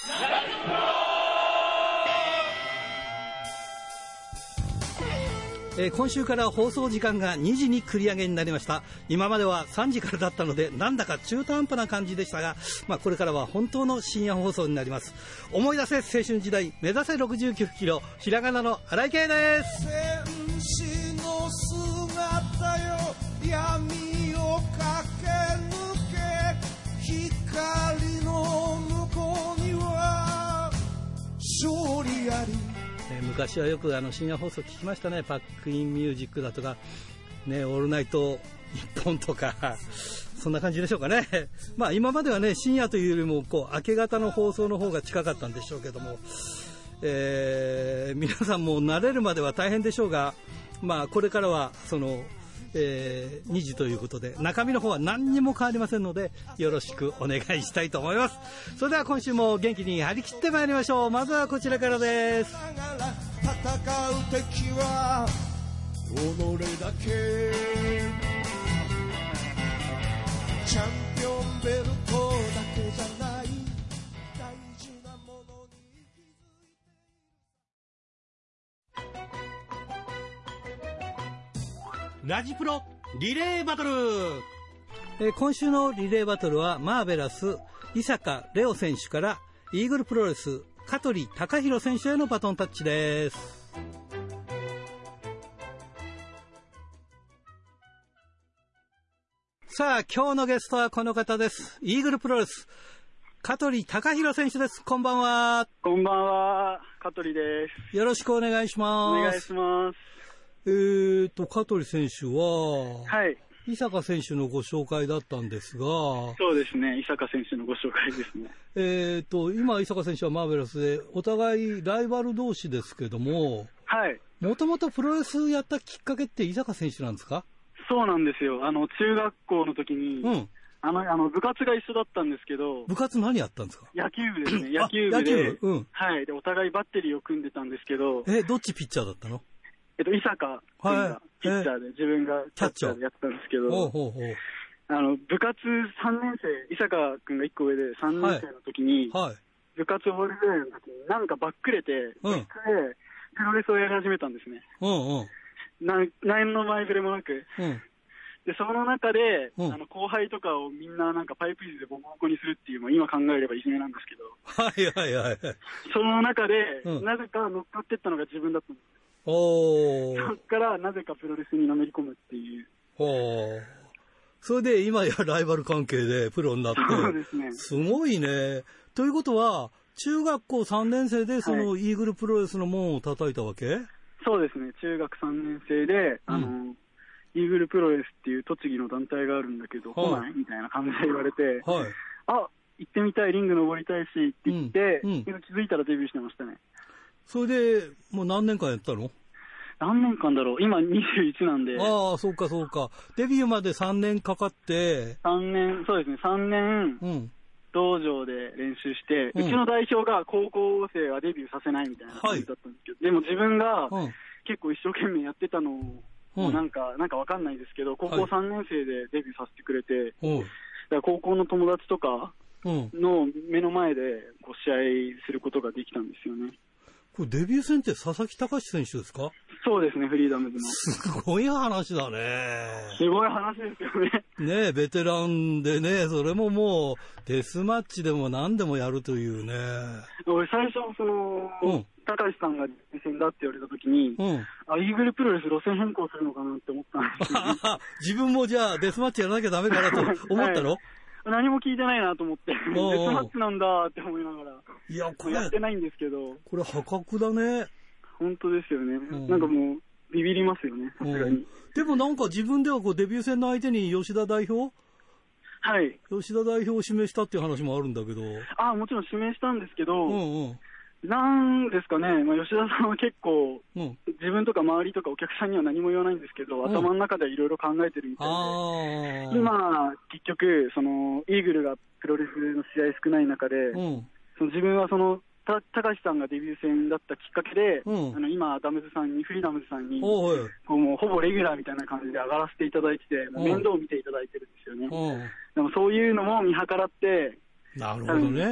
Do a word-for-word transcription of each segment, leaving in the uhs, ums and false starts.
えー、今週から放送時間がにじに繰り上げになりました。今まではさんじからだったのでなんだか中途半端な感じでしたが、まあ、これからは本当の深夜放送になります。思い出せ青春時代、目指せろくじゅうきゅうキロ、ひらがなの荒井圭です。 戦士の姿よ、闇を駆け抜け、光の向こうには勝利あり。 昔はよくあの深夜放送聞きましたね。パックインミュージックだとか、ね、オールナイト日本とかそんな感じでしょうかね。まあ今まではね、深夜というよりもこう明け方の放送の方が近かったんでしょうけども、えー、皆さんも慣れるまでは大変でしょうが、まあこれからはその、えー、にじということで中身の方は何にも変わりませんので、よろしくお願いしたいと思います。それでは今週も元気に張り切ってまいりましょう。まずはこちらからです。 戦う敵は己だけ、チャンピオンベルトだけじゃない、大事なものに気づいて。 ラジプロリレーバトル、 えー、今週のリレーバトルはマーベラス伊坂レオ選手からイーグルプロレス香取隆弘選手へのバトンタッチです。さあ今日のゲストはこの方です。イーグルプロレス香取隆弘選手です。こんばんは。 こんばんは、香取です。 よろしくお願いします。 お願いします。 えーと香取選手は、 はい、 伊坂選手のご紹介だったんですが。 そうですね、伊坂選手のご紹介ですね。 えーと今伊坂選手はマーベラスでお互いライバル同士ですけども、 はい。 もともとプロレスやったきっかけって伊坂選手なんですか？ そうなんですよ。あの中学校の時に、うん、あのあの部活が一緒だったんですけど。 部活何やったんですか？ 野球部ですね。野球部で、 野球部、うん、 はい。でお互いバッテリーを組んでたんですけど。 えどっちピッチャーだったの？ えっと伊坂君がピッチャーで、はい、自分がキャッチャーでやってたんですけど。 ほうほうほう。 あの部活さんねん生、伊坂君がいっこ上でさんねん生の時に、はいはい、部活終わりぐらいの時になんかばっくれて、うん、でプロレスをやり始めたんですね。うんうん、な何の前触れもなく、うん、でその中で、うん、あの後輩とかをみんななんかパイプ椅子でボコボコにするっていうのを今考えればいじめなんですけど、 はいはいはい、 その中で、うん、なぜか乗っかってったのが自分だったんです。おそっからなぜかプロレスにのめり込むっていう。 ほう。それで今やライバル関係でプロになって。 そうですね。 すごいね。ということは中学校さんねん生でそのイーグルプロレスの門を叩いたわけ？はい、 そうですね。中学さんねん生で、あの、うん、イーグルプロレスっていう栃木の団体があるんだけど、来ないみたいな感じで言われて、はい、あ、行ってみたい、リング登りたいしって言って、うんうん、気づいたらデビューしてましたね。 それでもう何年間やったの？ 何年間だろう、今にじゅういちなんで。 ああ、そうかそうか。デビューまでさんねんかかって。 さんねん、そうですね、さんねん、うん、道場で練習して、うん、うちの代表が高校生はデビューさせないみたいな感じだったんですけど、はい、でも自分が結構一生懸命やってたのを、うん、なんか、なんかわかんないですけど、高校さんねん生でデビューさせてくれて、はい、だから高校の友達とかの目の前でこう試合することができたんですよね。 これデビュー戦って佐々木隆選手ですか？ そうですね、フリーダムズの。 すごい話だね。 すごい話ですよね。 ねえ、ベテランでね、それももうデスマッチでも何でもやるというね。 俺最初その、うん、高橋さんがデビュー戦だって言われた時に、うん、あ、イーグルプロレス路線変更するのかなって思ったんですよ、ね、 自分もじゃあデスマッチやらなきゃダメかなと思ったの？はい、 何も聞いてないなと思って、デスマッチなんだって思いながら、 いやこれやってないんですけど、 これ破格だね。 本当ですよね、うん、なんかもうビビりますよね、さすがに。 でもなんか自分ではこうデビュー戦の相手に吉田代表、 はい、 吉田代表を指名したっていう話もあるんだけど。 ああ、もちろん指名したんですけど、うんうん、なんですかね、まあ、吉田さんは結構、うん、自分とか周りとかお客さんには何も言わないんですけど、うん、頭の中でいろいろ考えてるみたいで、今、結局その、イーグルがプロレスの試合少ない中で、うん、その自分はその、た高橋さんがデビュー戦だったきっかけで、うん、あの今、ダムズさんに、フリーダムズさんに、こうもうほぼレギュラーみたいな感じで上がらせていただいてて、もう面倒を見ていただいてるんですよね。でもそういうのも見計らって、 なるほどね。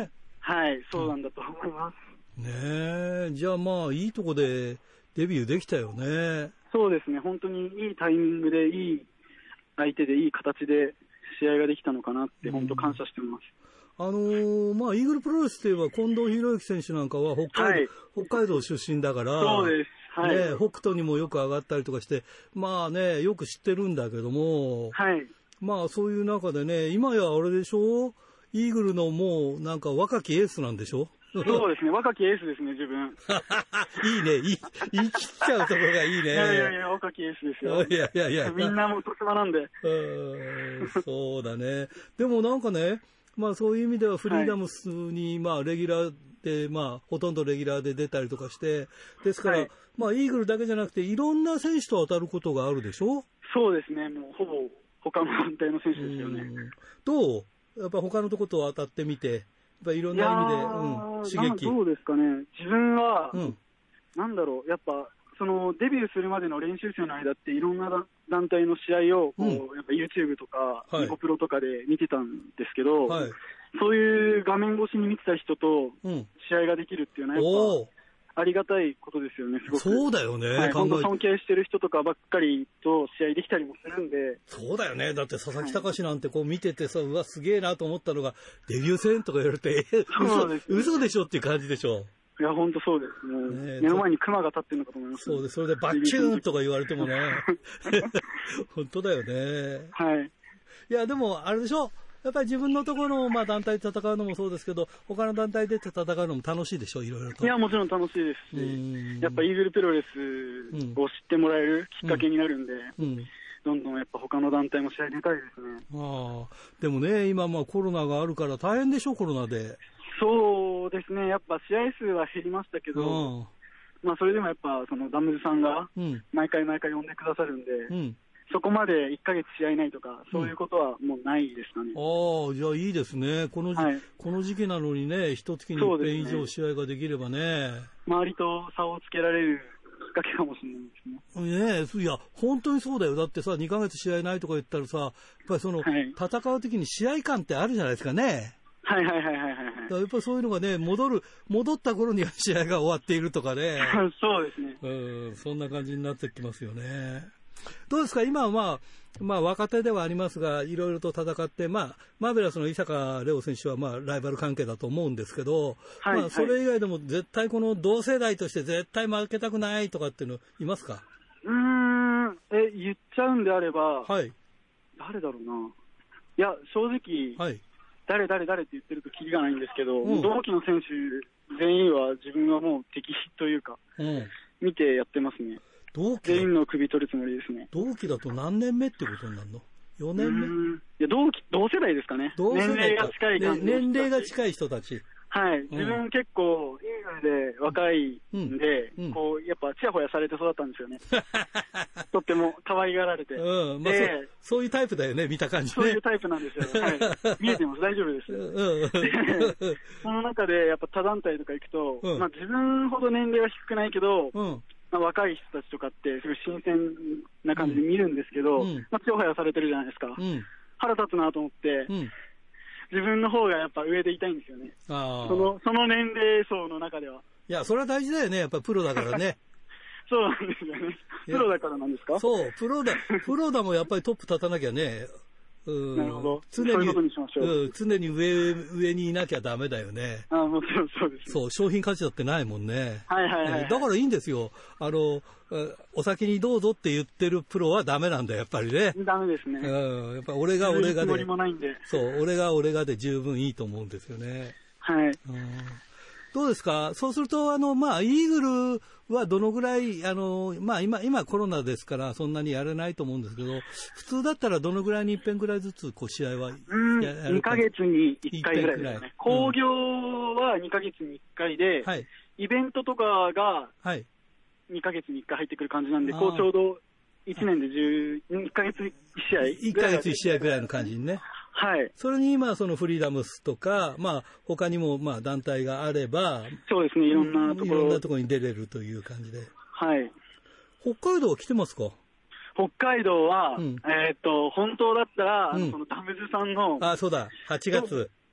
はい、そうなんだと思います。 ねえ、じゃあまあ、いいとこでデビューできたよね。 そうですね、本当にいいタイミングで、いい相手で、いい形で試合ができたのかなって、本当感謝してます。 あのー、まあ、イーグルプロレスといえば、近藤博之選手なんかは北海道、はい、北海道出身だから、 そうです。はい。 ね、北斗にもよく上がったりとかして、まあね、よく知ってるんだけども、 はい。 まあ、そういう中でね、今やあれでしょ、イーグルのもう、なんか若きエースなんでしょ。 そうですね、若きエースですね、自分。 いいね、いい、言い切っちゃうところがいいね。 いやいやいや、若きエースですよ。 いやいやいや。 みんなも年間なんで。 うん、そうだね。でもなんかね、まあそういう意味ではフリーダムスに、まあレギュラーで、まあほとんどレギュラーで出たりとかして、ですから、はい、まあイーグルだけじゃなくていろんな選手と当たることがあるでしょ？ そうですね、もうほぼ他の団体の選手ですよね。 どう？やっぱ他のとこと当たってみて、やっぱいろんな意味で、うん、刺激。 どうですかね。自分は、うん、なんだろう、やっぱ、そのデビューするまでの練習生の間っていろんな団体の試合をこう、うん、やっぱ YouTube とか、ニコプロとかで見てたんですけど、はい、そういう画面越しに見てた人と試合ができるっていうのはやっぱありがたいことですよね、すごく。 そうだよね。 はい、本当尊敬してる人とかばっかりと試合できたりもするんで。 そうだよね。だって佐々木隆なんてこう見ててさ、うわ、すげえなと思ったのが、デビュー戦とか言われて、え、嘘、ね、嘘でしょっていう感じでしょ。 いや、本当そうです。もう、ね、目の前にクマが立ってるのかと思います、 ね。そうです。それでバッチューンとか言われてもね。本当だよね。 はい。 いや、でも、あれでしょ。やっぱり自分のところの、まあ、団体で戦うのもそうですけど、他の団体で戦うのも楽しいでしょ、いろいろと。 いや、もちろん楽しいですし、やっぱイーグルプロレスを知ってもらえるきっかけになるんで、うんうん、どんどんやっぱ他の団体も試合出たいですね。 ああ、でもね、今まあコロナがあるから大変でしょ、コロナで。 そうですね、やっぱ試合数は減りましたけど、うん、まあそれでもやっぱそのダムズさんが毎回毎回呼んでくださるんで、うん、そこまでいっかげつ試合ないとか、そういうことはもうないですかね。 うん、ああ、じゃあいいですね。この時、はい、この時期なのにね、一月にいっぺん以上試合ができればね。ね、 周りと差をつけられるきっかけかもしれないですね。 ねえ、いや、本当にそうだよ。だってさ、にかげつ試合ないとか言ったらさ、やっぱりその、はい、戦う時に試合感ってあるじゃないですかね。 はいはいはいはいはい。 やっぱりそういうのがね、戻る、戻った頃には試合が終わっているとかね。 そうですね。 うん、そんな感じになってきますよね。どうですか、今はまあ、まあ若手ではありますが、いろいろと戦って、まあ、マーベラスの伊坂レオ選手はまあ、ライバル関係だと思うんですけど、はい、まあ、それ以外でも絶対この同世代として絶対負けたくないとかっていうのいますか？ うーん、え、言っちゃうんであれば、 はい。 誰だろうな。いや、正直、はい。誰誰誰って言ってるとキリがないんですけど、うん、同期の選手全員は自分はもう敵というか、うん、見てやってますね。同期全員の首取るつもりですね。 同期だと何年目ってことになるの？よねんめ？ いや、同期、同世代ですかね。 同世代か。 年齢が近い感じ、 ね、年齢が近い人たち。 はい。自分結構、イーグルで若いんで、うんうん、こう、やっぱ、ちやほやされて育ったんですよね。とっても可愛がられて。 うん。まあ、でそ、そういうタイプだよね、見た感じね。 そういうタイプなんですよ。はい。見えてます。大丈夫です。うん、で、その中で、やっぱ他団体とか行くと、うん、まあ自分ほど年齢は低くないけど、うんまあ、若い人たちとかって、すごい新鮮な感じで見るんですけど、うん、まあ、ちやほやされてるじゃないですか。うん、腹立つなと思って、うん自分の方がやっぱ上でいたいんですよね。あその、その年齢層の中では。 いや、それは大事だよね。やっぱプロだからね。 そうなんですよね。プロだからなんですか？ そう、プロだ、プロだもやっぱりトップ立たなきゃね。 うん、なるほど。 常に、 そういうことにしましょう。 うん、常に上、上にいなきゃダメだよね。 ああ、もちろんそうです、ね。 そう、商品価値だってないもんね。 はいはいはい、はい。 だからいいんですよ。あの、お先にどうぞって言ってるプロはダメなんだよ、やっぱりね。 ダメですね。 うん。やっぱ俺が俺がで。 つもりもないんで。 そう、俺が俺がで十分いいと思うんですよね。 はい。うんどうですか？そうすると、あの、まあ、イーグルはどのぐらい、あの、まあ、今、今コロナですから、そんなにやれないと思うんですけど、普通だったらどのぐらいに一遍ぐらいずつ、こう、試合はやうん、にかげつにいっかいぐらいですね。興行はにかげつにいっかいで、はい、イベントとかが、にかげつにいっかい入ってくる感じなんで、こう、ちょうどいちねんでじゅう、いっかげついち試合。 いっかげついち試合ぐらいの感じにね。 はい。 それに今、そのフリーダムスとか、まあ、他にも、まあ、団体があれば、 そうですね、いろんなところ。 いろんなところに出れるという感じで。 はい。 北海道は来てますか？ 北海道は、うん、えっと、本当だったら、うん、そのダムズさんの。 あ、そうだ、はちがつ。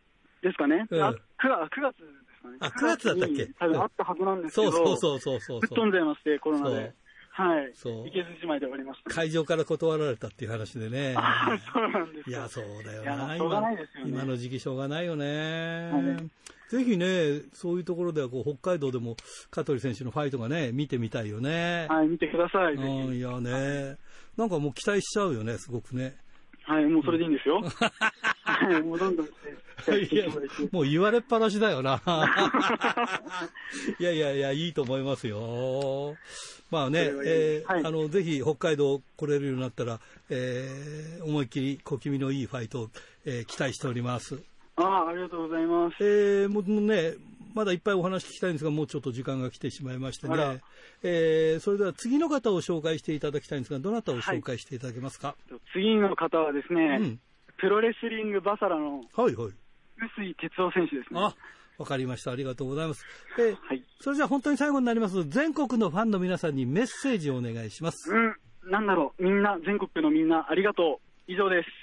ですかね。 うん、 あ 9, 9月ですかね。 あ、くがつだったっけ？ 多分あったはずなんですけど、 そうそうそうそうそう。 ぶっ飛んじゃいまして、コロナで。はい。そう。行けずじまいで終わりました、ね。 会場から断られたっていう話でね。 ああ、そうなんですか。 いや、そうだよな。 しょうがないですよね。 今の時期しょうがないよね。 はい、 ぜひね、そういうところではこう北海道でも香取選手のファイトがね、見てみたいよね。 はい、見てください。 うん、いやね、なんかもう期待しちゃうよね、すごくね。 はい、もうそれでいいんですよ。はい、もうどんどん。 いや、もう言われっぱなしだよな。いやいやいや、いいと思いますよ。まあね、えーはい、あのぜひ北海道来れるようになったら、えー、思いっきり小気味のいいファイトを、えー、期待しております。 ああ、ありがとうございます。 えー、もうね、まだいっぱいお話聞きたいんですが、もうちょっと時間が来てしまいましてね。えー、それでは次の方を紹介していただきたいんですが、どなたを紹介していただけますか？ はい、次の方はですね、うん、プロレスリングバサラの、 はいはい。 臼井哲夫選手ですね。 あ、わかりました。ありがとうございます。えーはい、 それじゃあ本当に最後になります。全国のファンの皆さんにメッセージをお願いします。 うん、なんだろう、みんな、全国のみんな、ありがとう。以上です。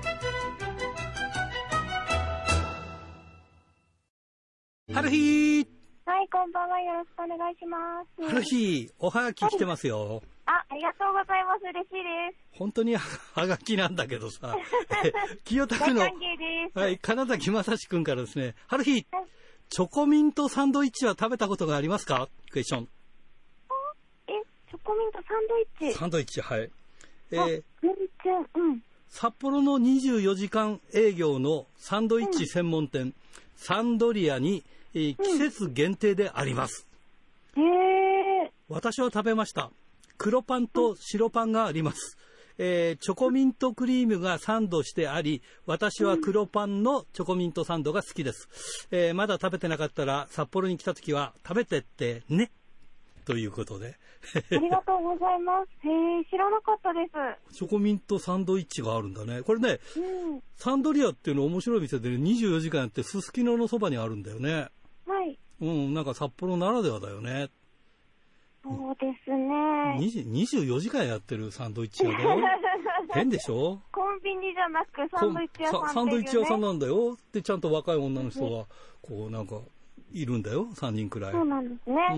はるひー。 はい、こんばんは。よろしくお願いします。 はるひー、おはがき来てますよ。はい、 あ、ありがとうございます。嬉しいです。 本当にはがきなんだけどさ、清田区の、はい、金崎正史君からですね、はるひー、はい、チョコミントサンドイッチは食べたことがありますか？クエスチョン。 え、チョコミントサンドイッチ？ サンドイッチ、はい。えー、全然、うん。 札幌のにじゅうよじかん営業のサンドイッチ専門店、うん、サンドリアに、えー、季節限定であります。 へ、うん、えー。 私は食べました。黒パンと白パンがあります。えー、チョコミントクリームがサンドしてあり、私は黒パンのチョコミントサンドが好きです。えー、まだ食べてなかったら札幌に来た時は食べてってね。ということで。 ありがとうございます。へー、知らなかったです。 チョコミントサンドイッチがあるんだね。これね、うん、サンドリアっていうの面白い店で、ね、にじゅうよじかんやってすすきののそばにあるんだよね。 はい。 うん、なんか札幌ならではだよね。 そうですね。 にじゅうよじかんやってるサンドイッチ屋だよ。変でしょ？ コンビニじゃなくサンドイッチ屋さん、ね、 サンドイッチ屋さんなんだよ。で、ちゃんと若い女の人が、こうなんか、いるんだよ。さんにんくらい。 そうなんですね。 うん。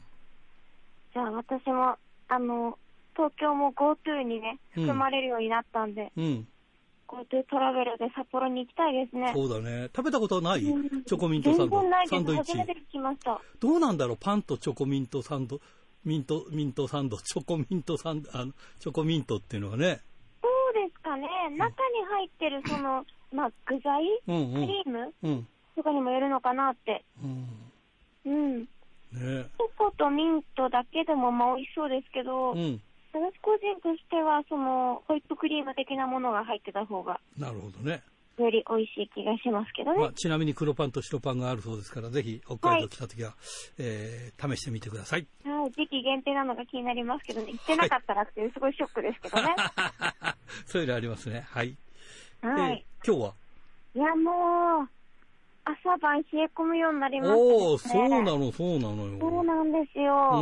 じゃあ私も、あの、東京も GoTo にね、含まれるようになったんで、うん。GoTo トラベルで札幌に行きたいですね。 そうだね。食べたことはない？うん、チョコミントサンド。 全然ないです。 サンドイッチ。 初めて聞きました。 どうなんだろう？パンとチョコミントサンド。ミント、ミントサンド、チョコミントサンド、あの、チョコミントっていうのはね。 そうですかね。中に入ってるその、まあ、具材、うんうん、クリーム、うん、とかにもよるのかなって。うん。うん。ね、チョコとミントだけでもまあ美味しそうですけど、うん、私個人としては、その、ホイップクリーム的なものが入ってた方が。 なるほどね。 より美味しい気がしますけどね。まあ、 ちなみに黒パンと白パンがあるそうですから、ぜひ北海道来た時は、はい、えー、試してみてください。 はい、時期限定なのが気になりますけどね、行ってなかったらっていうすごいショックですけどね。 はい、そういうのありますね。はい。 はい。 えー、今日はいやもう、朝晩冷え込むようになりましたね。 おー、そうなの、そうなのよ。 そうなんですよ。 うん。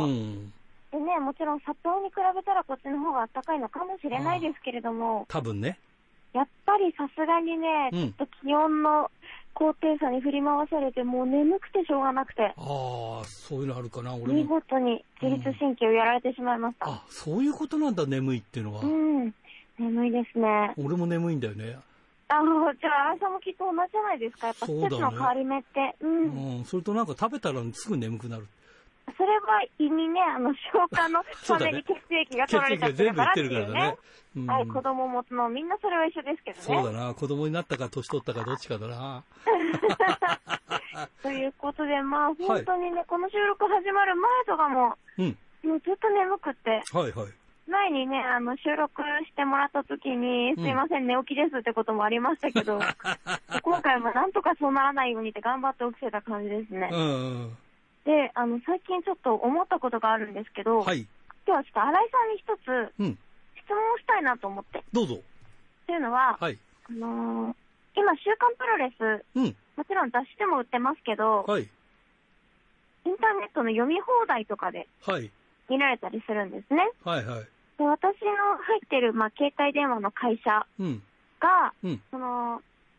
でね、もちろん札幌に比べたらこっちの方が暖かいのかもしれないですけれども。 多分ね。 やっぱりさすがにね、ちょっと気温の高低差に振り回されて、もう眠くてしょうがなくて。 ああ、そういうのあるかな、俺も。 見事に自律神経をやられてしまいました。 うん、あ、そういうことなんだ、眠いっていうのは。 うん、眠いですね。 俺も眠いんだよね。 あの、じゃあ、朝もきっと同じじゃないですか。やっぱ季節の変わり目って。う, ね、うん。 うん。それとなんか食べたらすぐ眠くなる。 それは胃にね、あの、消化のために血液が取られちゃってるからっていうね。全部いってるからね。うん、はい、子供持つの、みんなそれは一緒ですけどね。 そうだな、子供になったか年取ったかどっちかだな。 ということで、まあ、本当にね、はい、この収録始まる前とかも、うん、もうずっと眠くって。 はいはい。 前にね、あの、収録してもらった時に、すいません、うん、寝起きですってこともありましたけど、今回もなんとかそうならないようにって頑張って起きてた感じですね。 うんうんで、あの、最近ちょっと思ったことがあるんですけど、はい、今日はちょっと新井さんに一つ、うん、質問をしたいなと思って。 どうぞ。 というのは、はい、あのー、今、週刊プロレス、うん、もちろん雑誌でも売ってますけど、はい、インターネットの読み放題とかで、見られたりするんですね。 はいはい。 で、私の入ってる、まあ、携帯電話の会社が、うんうん、その、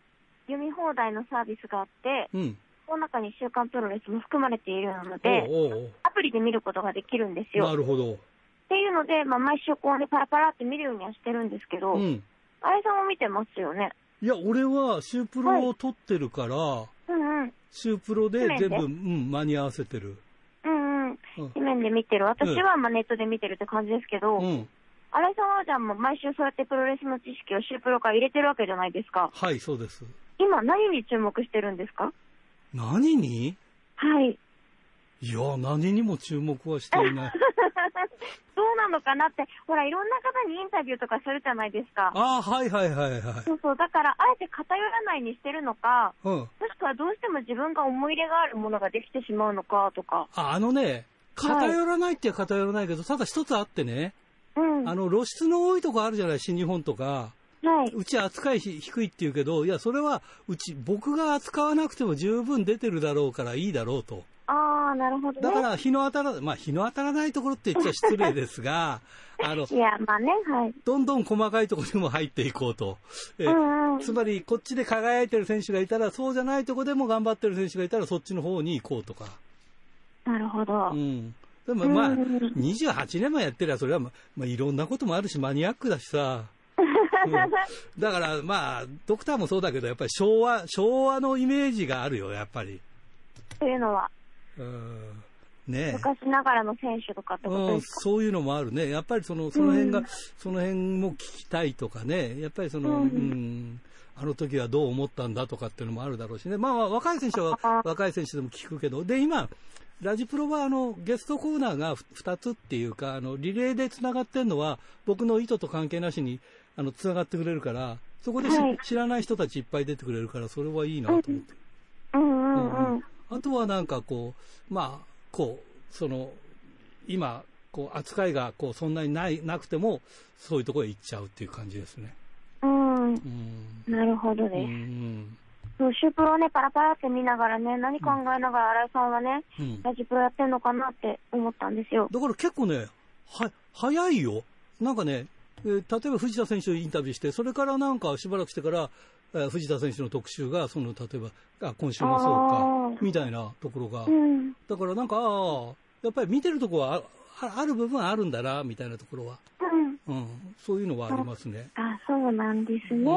読み放題のサービスがあって、うん、その中に週刊プロレスも含まれているので、おうおうおう、アプリで見ることができるんですよ。 なるほど。 っていうので、まあ、毎週こうね、パラパラって見るようにはしてるんですけど、うん、あれさんも見てますよね。 いや、俺は週プロを撮ってるから、はい、うんうん、週プロで全部、うん、間に合わせてる。 うんうん。紙面で見てる。私はまあネットで見てるって感じですけど、うん、新井さんはじゃあもう毎週そうやってプロレスの知識を週プロから入れてるわけじゃないですか。 はい、そうです。 今何に注目してるんですか？ 何に？ はい。 いや、何にも注目はしていない。 どうなのかなって、ほら、いろんな方にインタビューとかするじゃないですか。 ああ、はいはいはいはい。 そうそう、だから、あえて偏らないにしてるのか、うん、もしくはどうしても自分が思い入れがあるものができてしまうのかとか。 あ、あのね、偏らないって偏らないけど、はい、ただ一つあってね、うん、あの、露出の多いとこあるじゃない、新日本とか。はい、うち扱い低いって言うけど、いや、それは、うち、僕が扱わなくても十分出てるだろうからいいだろうと。 ああ、なるほどね。 だから、日の当たら、まあ、日の当たらないところって言っちゃ失礼ですが、あの、 いや、まあね、はい。 どんどん細かいところにも入っていこうと。え、うんうん、つまり、こっちで輝いてる選手がいたら、そうじゃないところでも頑張ってる選手がいたら、そっちの方に行こうとか。 なるほど。 うん。でもまあ、にじゅうはちねんもやってりゃ、それは、まあ、いろんなこともあるし、マニアックだしさ。うん、だから、まあ、ドクターもそうだけど、やっぱり昭和、昭和のイメージがあるよ、やっぱり。 というのは。 うんね、 昔ながらの選手とかってことですか？ うん、そういうのもあるね。やっぱりその、その辺が、うん、その辺も聞きたいとかね。やっぱりその、うん、うん、あの時はどう思ったんだとかっていうのもあるだろうしね。まあ、まあ、若い選手は若い選手でも聞くけど。で、今、ラジプロはあの、ゲストコーナーがふたつっていうか、あの、リレーで繋がってるのは、僕の意図と関係なしに、あの、繋がってくれるから、そこで、はい、知らない人たちいっぱい出てくれるから、それはいいなと思って。 うんうんうんうん。 あとはなんかこう、まあ、こう、その、今、こう、扱いが、こう、そんなにない、なくても、そういうところへ行っちゃうっていう感じですね。 うん。うん、なるほどです。うん。そう、シュープロね、パラパラって見ながらね、何考えながら新井さんはね、うん、ラジプロやってんのかなって思ったんですよ。 だから結構ね、は、早いよ。なんかね、えー、例えば藤田選手をインタビューして、それからなんかしばらくしてから、藤田選手の特集が、その、例えば、あ、今週もそうか、みたいなところが。うん、だからなんか、ああ、やっぱり見てるところはあ、ある部分あるんだな、みたいなところは。うん。うん。そういうのはありますね。 あ、あ、そうなんですね。うん。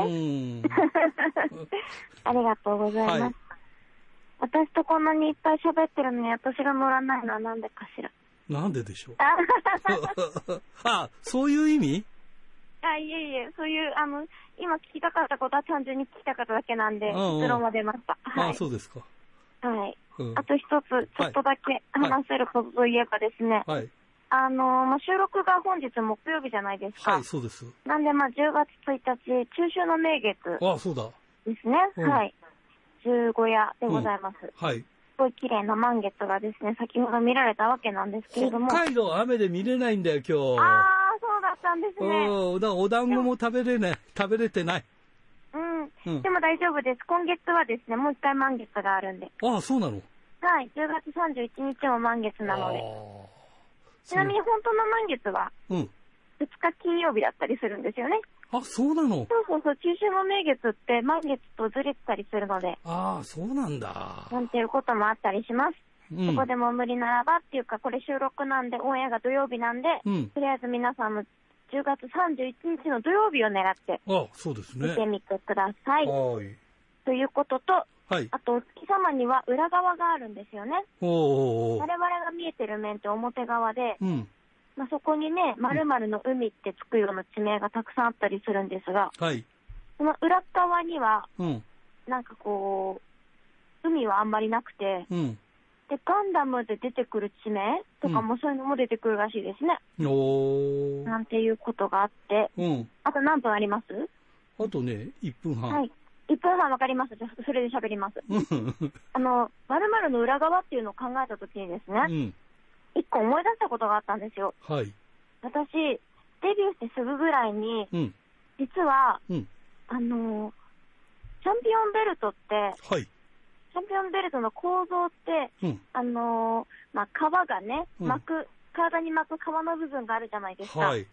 ありがとうございます。はい、私とこんなにいっぱい喋ってるのに、私が乗らないのはなんでかしら。 なんででしょう。あ、そういう意味？ あ、いえいえ、そういう、あの、今聞きたかったことは単純に聞きたかっただけなんで、結論は出ました。はい。 あ、そうですか。 はい。うん、あと一つ、ちょっとだけ話せることといえばですね、はい。あの、まあ、収録が本日木曜日じゃないですか。 はい、そうです。 なんで、まあ、じゅうがつついたち、中秋の名月。 あ、そうだ。 ですね。うん、はい。十五夜でございます。うん、はい。すごい綺麗な満月がですね、先ほど見られたわけなんですけれども。 北海道雨で見れないんだよ、今日。 ああ、そうだったんですね。 うん、だからお団子も食べれない、食べれてない。 うん。うん、でも大丈夫です。今月はですね、もう一回満月があるんで。 ああ、そうなの？ はい。じゅうがつさんじゅういちにちも満月なので。ちなみに本当の満月は、うん。ふつか金曜日だったりするんですよね。 あ、そうなの？ そうそうそう。中秋の名月って満月とずれてたりするので。 ああ、そうなんだ。 なんていうこともあったりします。うん、そこでも無理ならばっていうか、これ収録なんで、オンエアが土曜日なんで、うん、とりあえず皆さんもじゅうがつさんじゅういちにちの土曜日を狙って、 あ、そうですね。 見てみてください。 はい。 ということと、はい、あと、お月様には裏側があるんですよね。おーおーおー。我々が見えてる面って表側で、うん、まあ、そこにね、〇〇の海ってつくような地名がたくさんあったりするんですが、はい、その裏側には、うん、なんかこう、海はあんまりなくて、うん、で、ガンダムで出てくる地名とかもそういうのも出てくるらしいですね。うん、おー。なんていうことがあって、うん、あと何分あります？ あとね、いっぷんはん。 はい。いっぷんはんわかります。じゃあ、それで喋ります。あの、〇〇の裏側っていうのを考えたときにですね、うん、一個思い出したことがあったんですよ。はい。私、デビューしてすぐぐらいに、うん、実は、うん、あの、チャンピオンベルトって、はい。チャンピオンベルトの構造って、うん、あの、まあ、皮がね、巻く、うん、体に巻く皮の部分があるじゃないですか。はい。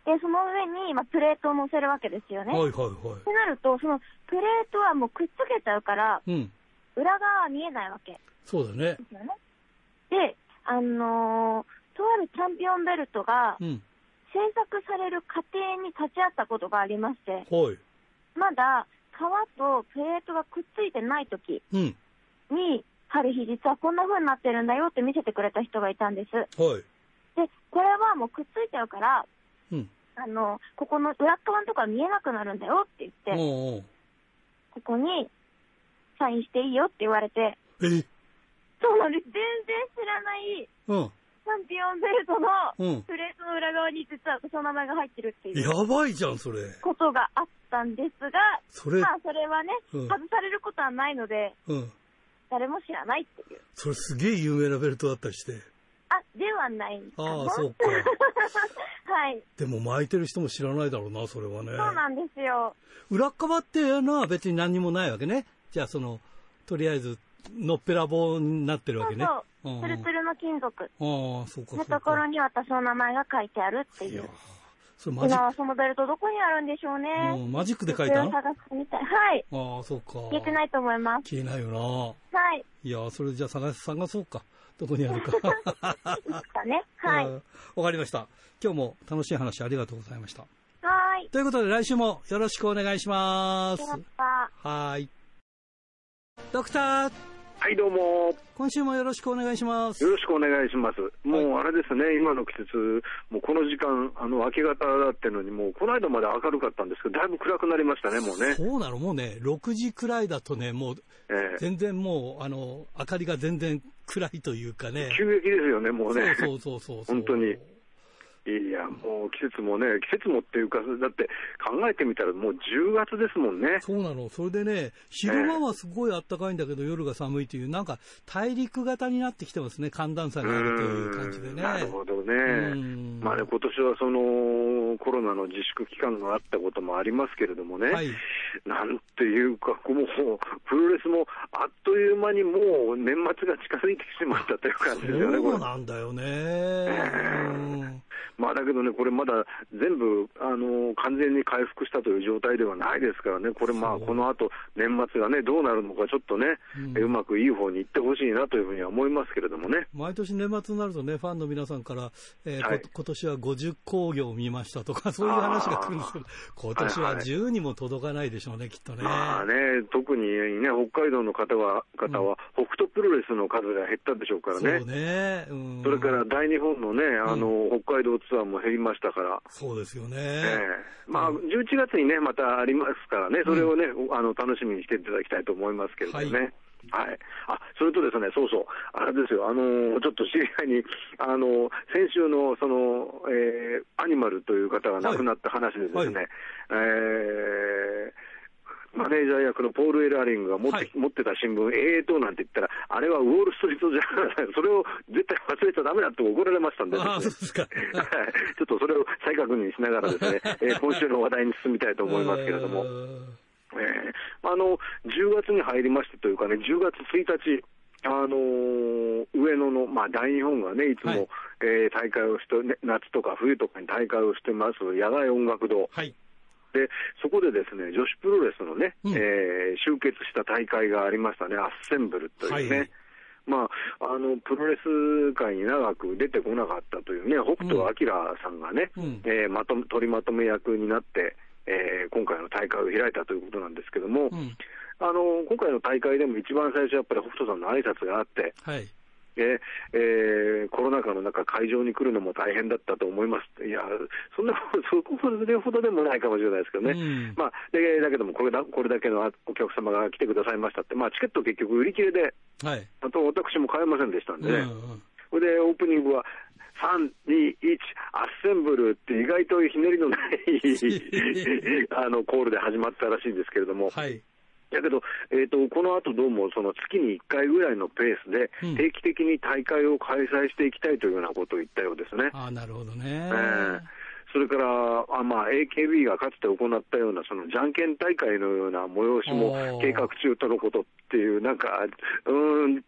で、その上に、まあ、プレートを乗せるわけですよね。 はいはいはい。 ってなると、そのプレートはもうくっつけちゃうから、うん、裏側は見えないわけ。 そうだね。 ですよね。で、あのー、とあるチャンピオンベルトが、うん、製作される過程に立ち会ったことがありまして、はい、まだ皮とプレートがくっついてない時に、うん、春日実はこんな風になってるんだよって見せてくれた人がいたんです。はい、で、これはもうくっついちゃうから、うん、あの、ここの裏側のとこは見えなくなるんだよって言って、おうおう、ここにサインしていいよって言われて、え、そうなんです。全然知らない、うん、チャンピオンベルトのプレートの裏側に実はその名前が入ってるっていう。 やばいじゃん、それ。 ことがあったんですが、それ、まあそれはね、うん、外されることはないので、うん、誰も知らないっていう。 それすげえ有名なベルトだったりして。 あ、ではないかな。 ああ、そうか。 はい。 でも巻いてる人も知らないだろうな、それはね。 そうなんですよ。 裏側っていうのは別に何にもないわけね。じゃあその、とりあえず、のっぺらぼうになってるわけね。 そうそう。ツルツルの金属。 ああ、そうか。 のところに私の名前が書いてあるっていう。それマジック。今はそのベルトどこにあるんでしょうね。 うん、マジックで書いたの？ 探すみたい。はい。 ああ、そうか。 消えてないと思います。 消えないよな。 はい。 いや、それじゃあ探す、探そうか。どこにあるか。 いつかね。はい。 わかりました。今日も楽しい話ありがとうございました。 はい。 ということで来週もよろしくお願いします。 やった。 はい。ドクター。 はい、どうも。 今週もよろしくお願いします。 よろしくお願いします。もうあれですね、はい、今の季節、もうこの時間、あの明け方だってのに、もうこの間まで明るかったんですけど、だいぶ暗くなりましたね、もうね。 そうなの、もうね、ろくじくらいだとね、もう、えー、全然もう、あの、明かりが全然暗いというかね。 急激ですよね、もうね。 そうそうそうそう。 本当に。いや、もう季節もね、季節もっていうか、だって考えてみたらもうじゅうがつですもんね。 そうなの。それでね、昼間はすごい暖かいんだけど、えー、夜が寒いという、なんか大陸型になってきてますね、寒暖差があるという感じでね。 なるほどね。まあね、今年はそのコロナの自粛期間があったこともありますけれどもね、はい、なんていうか、もうプロレスもあっという間にもう年末が近づいてしまったという感じですよね。 そうなんだよね。えーまあだけどね、これまだ全部あの完全に回復したという状態ではないですからね、これまあこの後年末がねどうなるのかちょっとね、うん、うまくいい方に行ってほしいなというふうには思いますけれどもね。 毎年年末になるとね、ファンの皆さんから、えーはい、今年はごじゅっ興行を見ましたとかそういう話が来るんですけど、今年はじゅうにも届かないでしょうね、きっとね。 まあね、特にね北海道の方は方は、うん、北斗プロレスの数が減ったでしょうからね。 そうね、うん、 それから大日本のねあの、うん、北海道ツアーも減りましたから。 そうですよね。 えー、まあ、じゅういちがつにね、またありますからね、それをね、うん、あの、楽しみにしていただきたいと思いますけれどもね。はい。はい。あ、それとですね、そうそう、あれですよ、あのー、ちょっと知り合いに、あのー、先週の、その、えー、アニマルという方が亡くなった話でですね、はいはい、えー、マネージャー役のポール・エラーリングが持って、はい、持ってた新聞、えーとなんて言ったら、あれはウォール・ストリートじゃない、それを絶対忘れちゃダメだって怒られましたんで、ね、 あ、そうですか。 ちょっとそれを再確認しながらですね、えー、今週の話題に進みたいと思いますけれども、えー、あの、じゅうがつに入りましてというかね、じゅうがつついたち、あのー、上野の、まあ、大日本がね、いつも、はい、えー、大会をして、ね、夏とか冬とかに大会をしてます野外音楽堂。はい、でそこでですね女子プロレスのね、うん、えー、集結した大会がありましたね、アッセンブルというね、はい、まあ、あのプロレス界に長く出てこなかったというね、北斗晶さんがね、うん、えー、まと取りまとめ役になって、えー、今回の大会を開いたということなんですけども、うん、あの今回の大会でも一番最初やっぱり北斗さんの挨拶があって、はい、えー、コロナ禍の中、会場に来るのも大変だったと思います。いや、そんな、そこほどでもないかもしれないですけどね。うん、まあ、で、だけどもこれだ、これだけのお客様が来てくださいましたって、まあ、チケット結局売り切れで、はい、あと私も買えませんでしたんでね。うんうん、それで、オープニングは、さん、に、いち、アッセンブルって意外とひねりのないあのコールで始まったらしいんですけれども、はい、だけど、えーと、この後どうもその月にいっかいぐらいのペースで定期的に大会を開催していきたいというようなことを言ったようですね。 あ、なるほどね。 えーそれからあ、まあ、エーケービー がかつて行ったようなそのじゃんけん大会のような催しも計画中とのことっていう、なんか、うーん、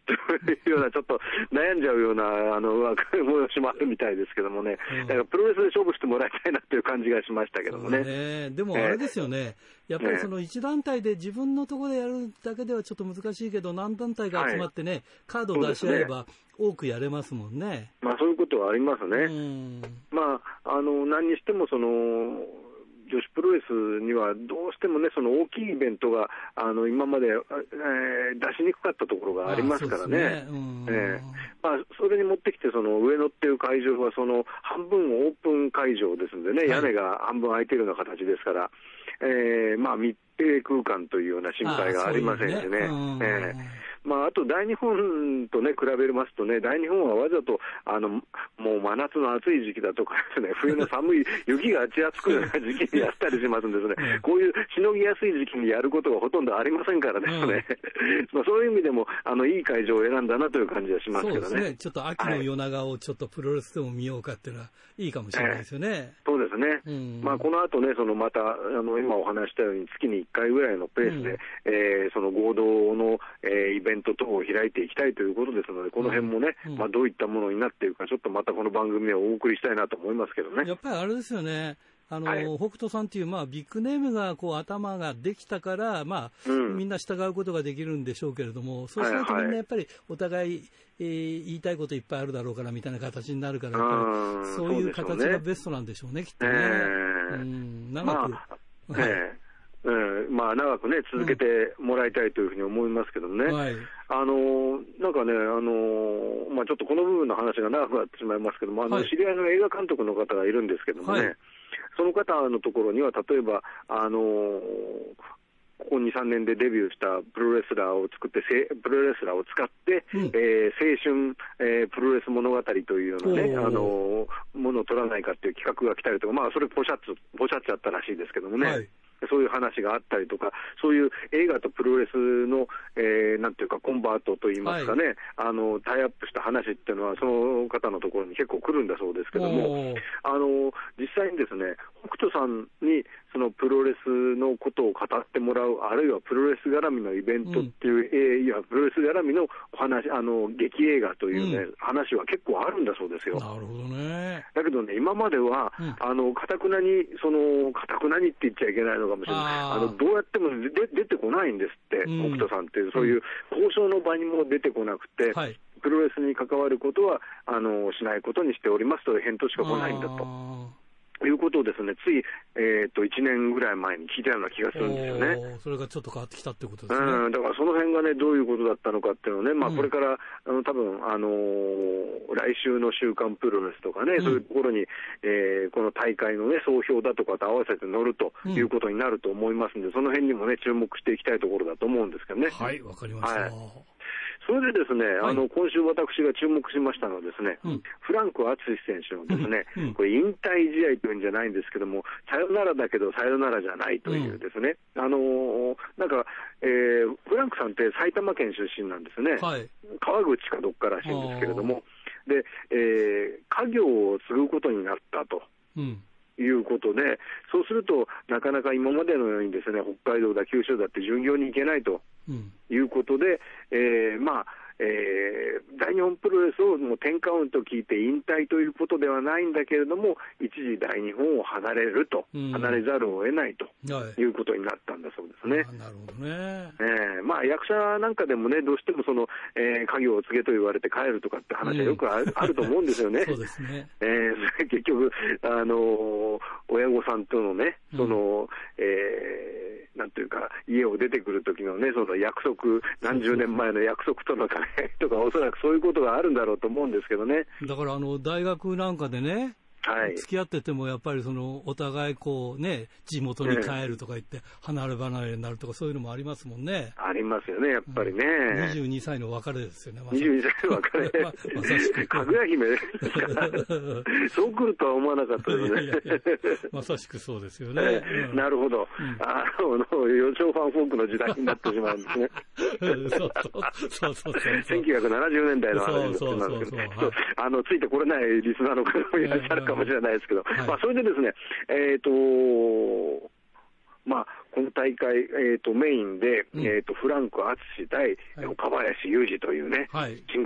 いうような、ちょっと悩んじゃうようなあの催しもあるみたいですけどもね、うん、だからプロレスで勝負してもらいたいなという感じがしましたけどもね。 ね、でもあれですよね、えー、やっぱりその一団体で自分のところでやるだけではちょっと難しいけど、何団体が集まってね、はい、カードを出し合えば多くやれますもんね。 まあ、そういうことはありますね。うん、まあ、あの何にしてもその女子プロレスにはどうしてもね、その大きいイベントがあの今まで、えー、出しにくかったところがありますからね。まあ、それに持ってきて、その上野っていう会場はその半分オープン会場ですんでね、はい、屋根が半分開いてるような形ですから、えーまあ、密閉空間というような心配がありませんしね。まあ、あと大日本とね比べますとね、大日本はわざとあのもう真夏の暑い時期だとかですね、冬の寒い雪がちらつくような時期にやったりしますんですね、うん、こういうしのぎやすい時期にやることがほとんどありませんからですね、うん、まあそういう意味でもあのいい会場を選んだなという感じはしますけどね。 そうですね、ちょっと秋の夜長をちょっとプロレスでも見ようかっていうのはいいかもしれないですよね。 えー、そうですね、うん、まあ、この後ね、そのまたあの今お話したように月にいっかいぐらいのペースで、うん、えー、その合同の、えー、イベント等を開いていきたいということですので、この辺もね、うんうん、まあ、どういったものになっているか、ちょっとまたこの番組をお送りしたいなと思いますけどね。 やっぱりあれですよね、あの、はい、北斗さんという、まあ、ビッグネームがこう頭ができたから、まあ、うん、みんな従うことができるんでしょうけれども、そうするとみんなやっぱりお互い、えー、言いたいこといっぱいあるだろうからみたいな形になるから、やっぱりそういう形がベストなんでしょうね、きっとね。えー、うん、長く、まあ、はい、えーうん、まあ、長くね続けてもらいたいというふうに思いますけどね、うん、はい、あのなんかね、あのまあ、ちょっとこの部分の話が長くなってしまいますけども、あの、はい、知り合いの映画監督の方がいるんですけどもね、はい、その方のところには例えばあのここに、さんねんでデビューしたプロレスラーを作って、プロレスラーを使って、うん、えー、青春、えー、プロレス物語というようなね、あのものを取らないかっていう企画が来たりとか、まあ、それポシャッツ、ポシャッツあったらしいですけどもね。はい、そういう話があったりとか、そういう映画とプロレスの、えー、なんていうかコンバートといいますかね、はい、あのタイアップした話っていうのはその方のところに結構来るんだそうですけども、あの実際にですね、北斗さんにそのプロレスのことを語ってもらう、あるいはプロレス絡みのイベントっていう、うん、えー、いやプロレス絡みのお話、あの劇映画というね、うん、話は結構あるんだそうですよ。 なるほどね。 だけどね、今までは、うん、あの堅くなにその堅くなにって言っちゃいけないのかもしれない、ああのどうやってもで出てこないんですって、うん、北斗さんってそういう交渉の場にも出てこなくて、はい、プロレスに関わることはあのしないことにしておりますという返答しか来ないんだということをですね、つい、えー、といちねんぐらい前に聞いたような気がするんですよね。 それがちょっと変わってきたってことですね。 うん、だからその辺がね、どういうことだったのかっていうのをね、まあ、これから、うん、あの多分、あのー、来週の週刊プロレスとかね、うん、そういうところに、えー、この大会のね、総評だとかと合わせて乗るということになると思いますんで、うん、その辺にもね、注目していきたいところだと思うんですけどね。 はい、わかりました。はい、 それでですね、はい、あの今週私が注目しましたのはですね、うん、フランク・アツシ選手のですね、うんうん、これ引退試合というんじゃないんですけども、さよならだけどさよならじゃないというですね、うん、あのー、なんか、えー、フランクさんって埼玉県出身なんですね、はい、川口かどっからしいんですけれども、で、えー、家業を継ぐことになったと。うん、いうことで、そうするとなかなか今までのようにですね、北海道だ九州だって巡業に行けないということで、うん、えー、まあえー、大日本プロレスをもうテンカウント聞いて引退ということではないんだけれども、一時大日本を離れると、うん、離れざるを得ないということになったんだそうですね。 なるほどね。 えー、まあ役者なんかでもね、どうしてもその、えー、家業を継げと言われて帰るとかって話はよくある、うん、あると思うんですよね。 そうですね。 えー、結局あのー、親御さんとのね、その、うん、えー、なんというか家を出てくる時のね、その約束、何十年前の約束との関係とか、おそらくそういうことがあるんだろうと思うんですけどね。 だからあの大学なんかでね、はい、付き合っててもやっぱりそのお互いこうね、地元に帰るとか言って離れ離れになるとか、そういうのもありますもんね。 ありますよね、やっぱりね。うん、 にじゅうにさいの別れですよね。 ま、にじゅうにさいの別れ。ま、まさしくかぐや姫ですからそう来るとは思わなかったですね。いやいやまさしくそうですよね。 うん、なるほど。うん、あの予兆ファンフォークの時代になってしまうんですね。そうそうそうそうせんきゅうひゃくななじゅうねんだいの話になってますけど、あのついてこれないリスナーの方もいらっしゃるかもしれないですけど、はい、まあ、それでですね、えっ、ー、とまあ、この大会、えー、とメインで、うん、えー、とフランク・アツシ対、はい、岡林雄二というね、はい、新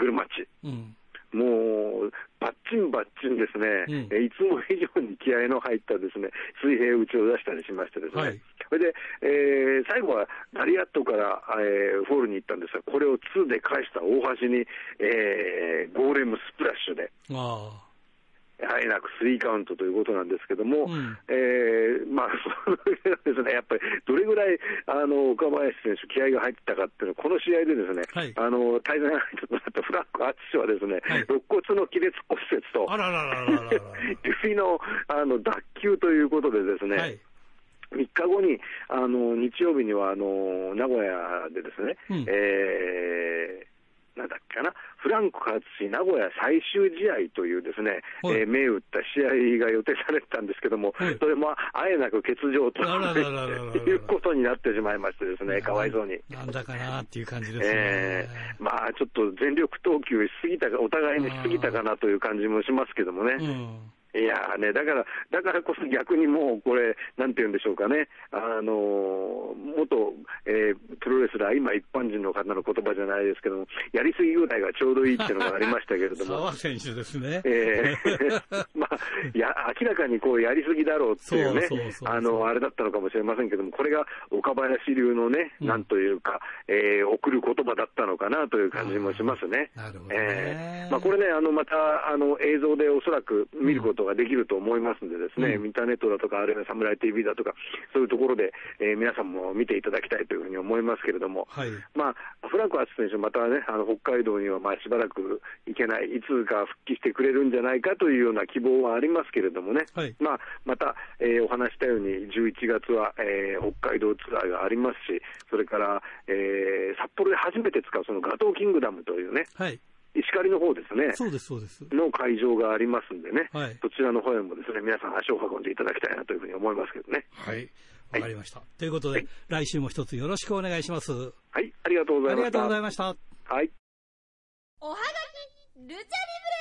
ングルマッチ。うんもう、バッチンバッチンですね、うん、いつも以上に気合の入ったですね、水平打ちを出したりしましてですね、はい、それで、えー、最後はラリアットから、えー、フォールに行ったんですが、これをツーで返した大橋に、えー、ゴーレムスプラッシュで。ああえなくスリーカウントということなんですけども、うん、えー、まあ、それですね、やっぱりどれぐらいあの岡林選手、気合が入ってたかっていうのは、この試合でですね、はい、あの対戦相手となったフランク・アッチはですね、はい、肋骨の亀裂骨折と、指のあの脱臼ということでですね、はいみっかごにあの日曜日にはあの名古屋でですね、うん、えーなんだっけかな、フランク勝氏名古屋最終試合というですね、はいえー、銘打った試合が予定されてたんですけども、はい、それもあえなく欠場ということになってしまいましてですね、かわいそうに。 なんだかなっていう感じですね。 えー、まあちょっと全力投球しすぎたか、お互いにしすぎたかなという感じもしますけどもね。うんいやね、だから、だからこそ逆にもうこれ、なんて言うんでしょうかね、あの元、えー、プロレスラー、今一般人の方の言葉じゃないですけども、やりすぎぐらいがちょうどいいっていうのがありましたけれども。 澤選手ですね。 えー、まあ、や、明らかにこうやりすぎだろうっていうね、あの、あれだったのかもしれませんけども、これが岡林流のね、うん、なんというか、えー、送る言葉だったのかなという感じもしますね。 なるほどね。 えー、まあ、これね、あの、また、あの、映像でおそらく見ることができると思いますんでですね、うん、インターネットだとかあるいはサムライ ティーブイ だとかそういうところで、えー、皆さんも見ていただきたいというふうに思いますけれども、はい、まあフランク・アッチ選手またねあの北海道にはまあしばらく行けない、いつか復帰してくれるんじゃないかというような希望はありますけれどもね、はい、まあまた、えー、お話したようにじゅういちがつは、えー、北海道ツアーがありますし、それから、えー、札幌で初めて使うそのガトーキングダムというね、はい石狩の方ですね。 そうです、そうです。 の会場がありますんでね。はい。そちらの方へもですね、皆さん足を運んでいただきたいなというふうに思いますけどね。 はい。わかりました。はい、ということで、はい、来週も一つよろしくお願いします。はい。ありがとうございました。 ありがとうございました。 はい。 おはがき、ルチャリブレ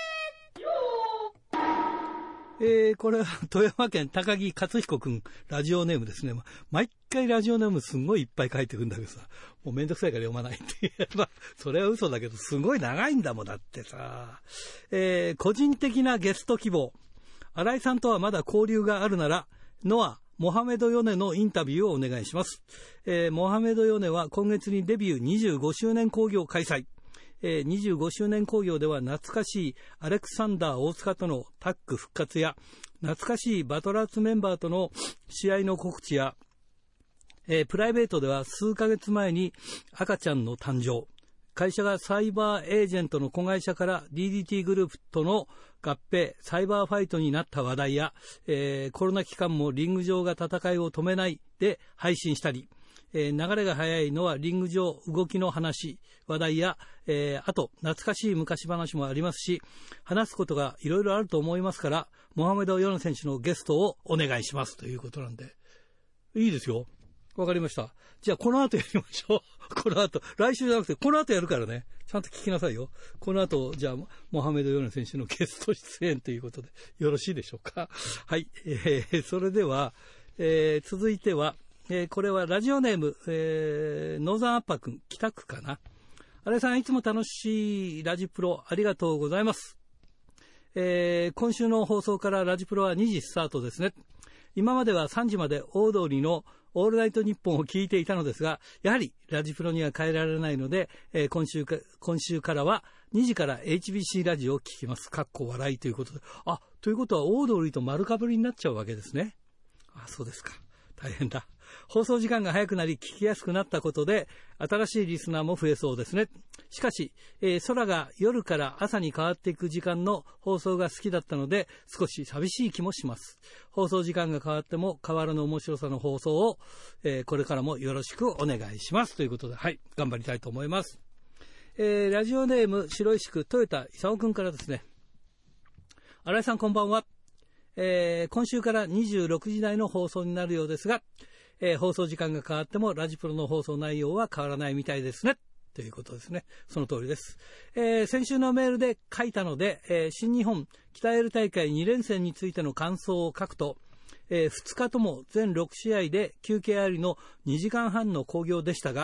えー、これは富山県高木克彦くん、ラジオネームですね。毎回ラジオネームすごいいっぱい書いてくるんだけどさ、もうめんどくさいから読まないって。まあ、それは嘘だけど、すごい長いんだもんだってさ。えー、個人的なゲスト希望。新井さんとはまだ交流があるなら、ノア、モハメド・ヨネのインタビューをお願いします。えー、モハメド・ヨネは今月にデビューにじゅうごしゅうねん興行開催。えー、にじゅうごしゅうねん興行では懐かしいアレクサンダー大塚とのタッグ復活や懐かしいバトラーズメンバーとの試合の告知や、えー、プライベートでは数ヶ月前に赤ちゃんの誕生、会社がサイバーエージェントの子会社から ディーディーティー グループとの合併サイバーファイトになった話題や、えー、コロナ期間もリング上が戦いを止めないで配信したり、えー、流れが早いのはリング上動きの話、話題や、えー、あと懐かしい昔話もありますし、話すことがいろいろあると思いますから、モハメド・ヨネ選手のゲストをお願いしますということなんで、いいですよ。わかりました。じゃあこの後やりましょう。この後、来週じゃなくてこの後やるからね、ちゃんと聞きなさいよ。この後、じゃあモハメド・ヨネ選手のゲスト出演ということでよろしいでしょうか。はい、えー、それでは、えー、続いては、えー、これはラジオネーム、えー、ノーザンアッパーくん、北区かな。新井さん、いつも楽しいラジプロありがとうございます。えー、今週の放送からラジプロはにじスタートですね。今まではさんじまでオードリーのオールナイトニッポンを聞いていたのですが、やはりラジプロには変えられないので、えー、今週か、今週からはにじから エイチビーシー ラジオを聞きます。かっこ笑いということで。あ、ということはオードリーと丸かぶりになっちゃうわけですね。あ、そうですか。大変だ。放送時間が早くなり聞きやすくなったことで新しいリスナーも増えそうですね。しかし、えー、空が夜から朝に変わっていく時間の放送が好きだったので少し寂しい気もします。放送時間が変わっても変わらぬ面白さの放送を、えー、これからもよろしくお願いしますということで、はい、頑張りたいと思います。えー、ラジオネーム白石区豊田勲くんからですね。新井さんこんばんは。えー、今週からにじゅうろくじ台の放送になるようですが、えー、放送時間が変わってもラジプロの放送内容は変わらないみたいですねということですね。その通りです。えー、先週のメールで書いたので、えー、新日本北エル大会に連戦についての感想を書くと、えー、ふつかとも全ろくしあいで休憩ありのにじかんはんの興行でしたが、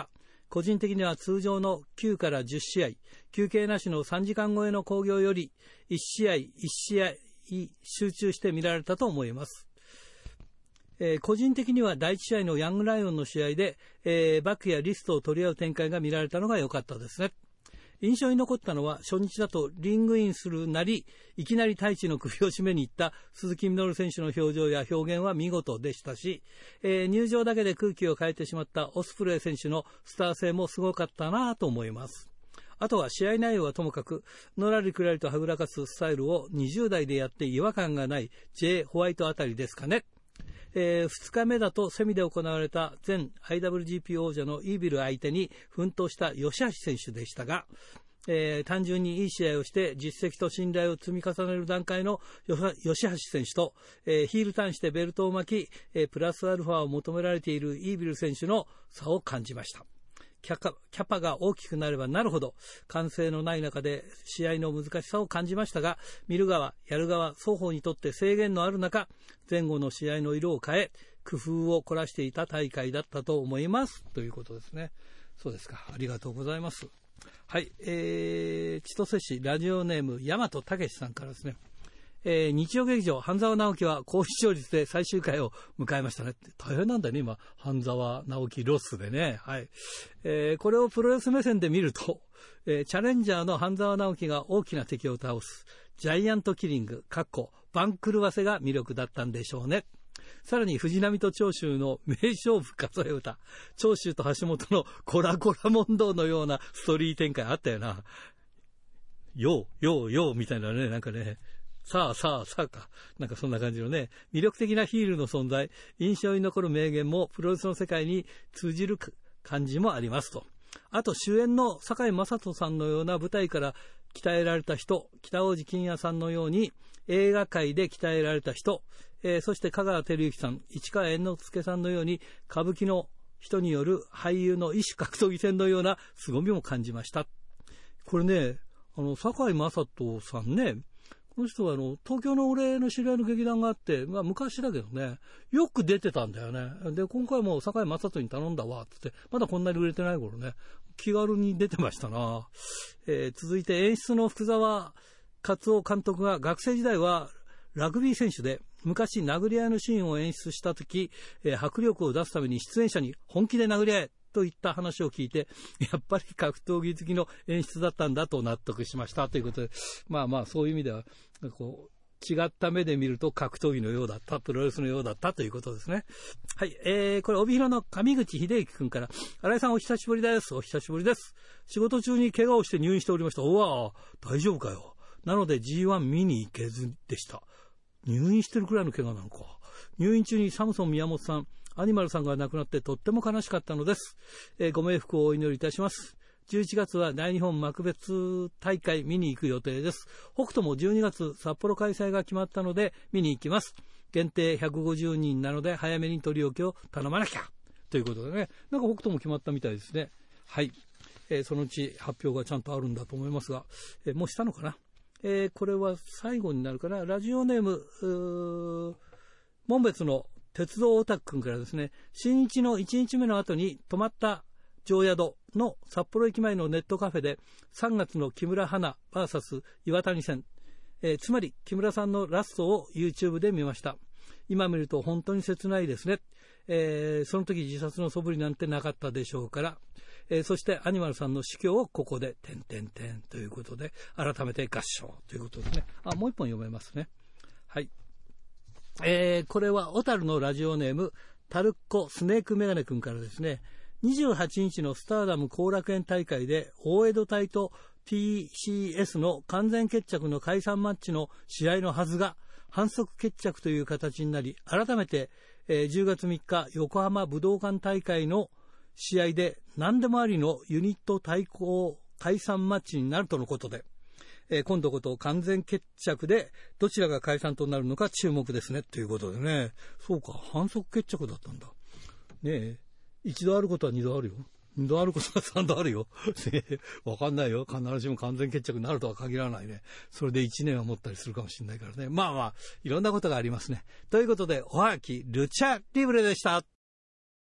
個人的には通常のきゅうからじゅっしあい、休憩なしのさんじかん超えの興行よりいち試合いち試合集中して見られたと思います。えー、個人的にはだいいち試合のヤングライオンの試合で、えー、バックやリストを取り合う展開が見られたのが良かったですね。印象に残ったのは初日だとリングインするなりいきなり太一の首を絞めに行った鈴木みのる選手の表情や表現は見事でしたし、えー、入場だけで空気を変えてしまったオスプレイ選手のスター性もすごかったなと思います。あとは試合内容はともかくのらりくらりとはぐらかすスタイルをにじゅう代でやって違和感がない J ホワイトあたりですかね。えー、ふつかめだとセミで行われた前 アイダブリュージーピー 王者のイービル相手に奮闘した吉橋選手でしたが、えー、単純にいい試合をして実績と信頼を積み重ねる段階の吉橋選手と、えー、ヒールターンしてベルトを巻き、えー、プラスアルファを求められているイービル選手の差を感じました。キャパ、キャパが大きくなればなるほど完成のない中で試合の難しさを感じましたが、見る側やる側双方にとって制限のある中、前後の試合の色を変え工夫を凝らしていた大会だったと思いますということですね。そうですか、ありがとうございます。はい、えー、千歳市ラジオネーム大和武さんからですね、えー、日曜劇場半沢直樹は高視聴率で最終回を迎えましたねって。大変なんだね今半沢直樹ロスでね、はい、えー、これをプロレス目線で見ると、えー、チャレンジャーの半沢直樹が大きな敵を倒すジャイアントキリングかっこ番狂わせが魅力だったんでしょうね。さらに藤波と長州の名勝負数え歌、長州と橋本のコラコラ問答のようなストーリー展開あったよな。ようようようみたいなね、なんかね、さあさあさあか、なんかそんな感じのね、魅力的なヒールの存在、印象に残る名言もプロレスの世界に通じる感じもありますと。あと主演の堺雅人さんのような舞台から鍛えられた人、北大路欣也さんのように映画界で鍛えられた人、えー、そして香川照之さん、市川猿之助さんのように歌舞伎の人による俳優の異種格闘技戦のような凄みも感じました。これね、あの堺雅人さんね、この人はあの東京の俺の知り合いの劇団があって、まあ、昔だけどね、よく出てたんだよね。で今回も堺雅人に頼んだわっつって、まだこんなに売れてない頃ね、気軽に出てましたな。えー、続いて演出の福沢克夫監督が学生時代はラグビー選手で、昔殴り合いのシーンを演出した時、えー、迫力を出すために出演者に本気で殴り合えといった話を聞いて、やっぱり格闘技好きの演出だったんだと納得しましたということで、まあまあそういう意味ではこう違った目で見ると格闘技のようだった、プロレスのようだったということですね。はい、えー、これ帯広の上口秀之君から、新井さんお久しぶりです。お久しぶりです。仕事中に怪我をして入院しておりました。おわ大丈夫かよ。なので ジーワン 見に行けずでした。入院してるくらいの怪我なのか。入院中にサムソン宮本さん、アニマルさんが亡くなってとっても悲しかったのです。えー、ご冥福をお祈りいたします。じゅういちがつは大日本幕別大会見に行く予定です。北斗もじゅうにがつ札幌開催が決まったので見に行きます。限定ひゃくごじゅうにんなので早めに取り置きを頼まなきゃということでね、なんか北斗も決まったみたいですね。はい、えー、そのうち発表がちゃんとあるんだと思いますが、えー、もうしたのかな。えー、これは最後になるかな。ラジオネーム門別の鉄道オタク君からですね、新日のいちにちめの後に泊まった常宿の札幌駅前のネットカフェでさんがつの木村花 ブイエス 岩谷戦、えー、つまり木村さんのラストを YouTube で見ました。今見ると本当に切ないですね。えー、その時自殺の素振りなんてなかったでしょうから、えー、そしてアニマルさんの死去をここで点々点ということで改めて合唱ということですね。あ、もう一本読めますね。はい、えー、これは小樽のラジオネームタルッコスネークメガネ君からですね、にじゅうはちにちのスターダム後楽園大会で大江戸隊と ティーシーエス の完全決着の解散マッチの試合のはずが反則決着という形になり、改めて、えー、じゅうがつみっか横浜武道館大会の試合で何でもありのユニット対抗解散マッチになるとのことで、えー、今度こと完全決着でどちらが解散となるのか注目ですねということでね。そうか、反則決着だったんだね。え一度あることは二度あるよ。二度あることは三度あるよ。わかんないよ。必ずしも完全決着になるとは限らないね。それで一年は持ったりするかもしれないからね。まあまあ、いろんなことがありますね。ということで、おはがき、ルチャリブレでした。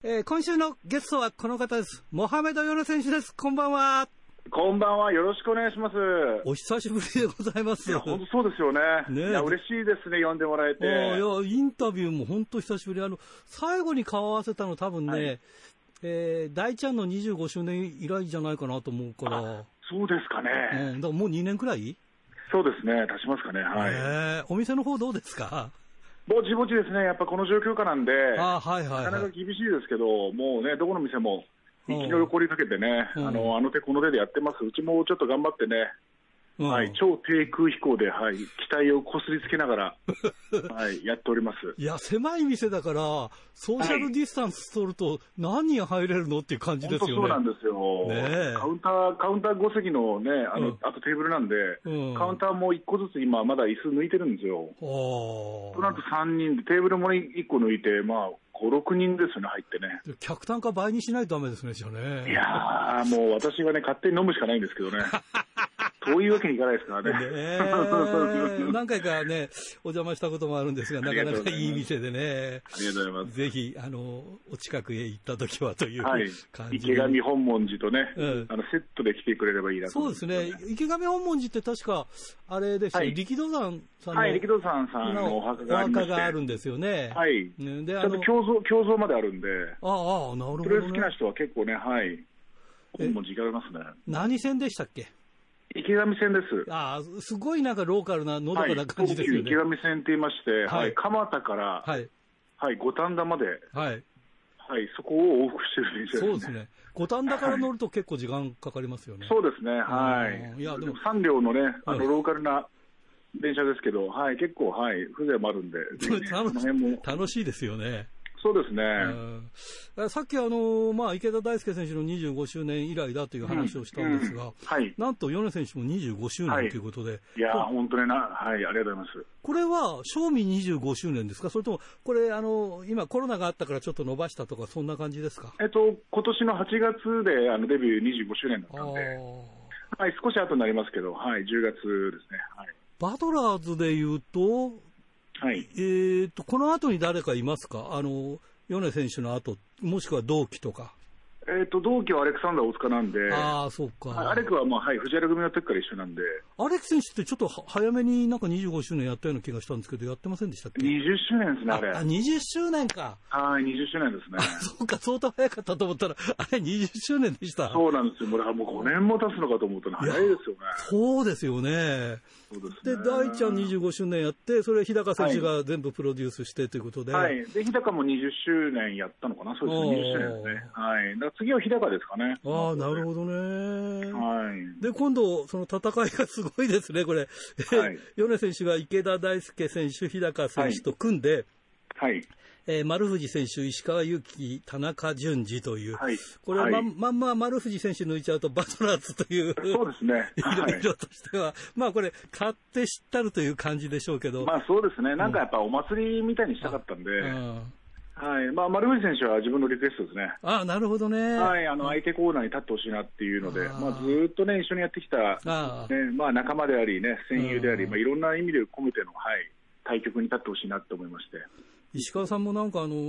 えー、今週のゲストはこの方です。モハメド・ヨネ選手です。こんばんは。 こんばんは。よろしくお願いします。 お久しぶりでございます。 いや、本当そうですよね。ね、いや、嬉しいですね。呼んでもらえて。いや、インタビューも本当久しぶり。あの、最後に顔合わせたの多分ね、はい、えー、大ちゃんのにじゅうごしゅうねん以来じゃないかなと思うから。 そうですかね。 うん、だからもうにねんくらい？ そうですね。経ちますかね。はい。えー、お店の方どうですか？ ぼちぼちですね。やっぱこの状況下なんで、 あ、はいはいはい、 なかなか厳しいですけど、もうね、どこの店も生き残りかけてね、うん、あの、あの手この手でやってます。うちもちょっと頑張ってね、うん、はい、超低空飛行で、はい、機体をこすりつけながら、はい、やっております。 いや、狭い店だから、ソーシャルディスタンス取ると、何人入れるのっていう感じですよね。 本当そうなんですよ。ね、カウンター、カウンターご席のね、あの、うん、あとテーブルなんで、うん、カウンターもいっこずつ今、まだ椅子抜いてるんですよ。となるとさんにんで、テーブルもいっこ抜いて、まあ、ご、ろくにんですよね、入ってね。 客単価倍にしないとダメですね、じゃあね。 いやー、もう私がね、勝手に飲むしかないんですけどね。そういうわけにいかないですからね。 ね何回かね、お邪魔したこともあるんですが、なかなかいい店でね。 ありがとうございます。 ぜひ、あの、お近くへ行った時はという感じで、 はい、池上本門寺とね、うん、あの、セットで来てくれればいいなと思います、ね。 そうですね。池上本門寺って確か、あれですよ、はい、力道山さんの。 はい、力道山さんのお墓がありまして。お墓があるんですよね。 はい。で、あの、ちょっと胸像、胸像まであるんで。 ああ、ああ、なるほど、ね。 それ好きな人は結構ね、はい。本門寺行かれますね。 何線でしたっけ？ 池上線です。 ああ、すごいなんかローカルな、のどかな感じですよね。 はい、池上線って言いまして、はい、はい、蒲田から、はい、はい、五反田まで、はい、はい、そこを往復してる電車ですね。 そうですね。五反田から乗ると結構時間かかりますよね。 そうですね、はい。いや、でもさん両のね、あの、ローカルな電車ですけど、はい、結構、はい、風情もあるんで、 ね、楽しいですよね。 そうですね。 さっきあの、まあ、池田大輔選手のにじゅうごしゅうねん以来だという話をしたんですが、うんうん、はい、なんと米選手もにじゅうごしゅうねん、はい、ということで。 いやー、本当にな、はい、ありがとうございます。 これは、正味にじゅうごしゅうねんですか？それとも、これ、あの、今コロナがあったからちょっと伸ばしたとか、そんな感じですか？ えっと、今年のはちがつであのデビューにじゅうごしゅうねんだったんで、はい、少し後になりますけど、はい、じゅうがつですね。はい、 バトラーズで言うと、はい。えーと、この後に誰かいますか？あの、米選手の後、もしくは同期とか。 えっと、同期はアレクサンダー大塚なんで。 ああ、そうか。 アレクはもう、はい、藤原組の時から一緒なんで。 アレク選手ってちょっと早めになんかにじゅうごしゅうねんやったような気がしたんですけど、やってませんでしたっけ？ にじゅっしゅうねんですね、あれ。 あ、にじゅっしゅうねんか。 はい、にじゅっしゅうねんですね。 そうか、相当早かったと思ったら、あれにじゅっしゅうねんでした。 そうなんですよ。もうごねんも経つのかと思ったら早いですよね。 そうですよね。そうですね。で、大ちゃんにじゅうごしゅうねんやって、それ日高選手が全部プロデュースしてということで。 はい。で、日高もにじゅっしゅうねんやったのかな？そうですね。にじゅっしゅうねんですね。はい。だから次は日高ですかね。 ああ、なるほどね。 はい。 で、今度、その戦いがすごいですね、これ。はい。米選手が池田大輔選手、日高選手と組んで、はい。はい、えー、丸藤選手、石川祐希、田中淳二という、はい、これはま、はい、まんま丸藤選手抜いちゃうとバトラーズという、 そうですね、 はい、色々としては、まあこれ、勝手知ったるという感じでしょうけど、 まあそうですね、なんかやっぱお祭りみたいにしたかったんで、うん、はい、まあ丸藤選手は自分のリクエストですね。 ああ、なるほどね。 はい、あの相手コーナーに立ってほしいなっていうので、あまあずっとね、一緒にやってきた、ね、まあ仲間でありね、戦友であり、まあいろんな意味で込めての、はい、対局に立ってほしいなと思いまして。 石川さんもなんかあの、うん、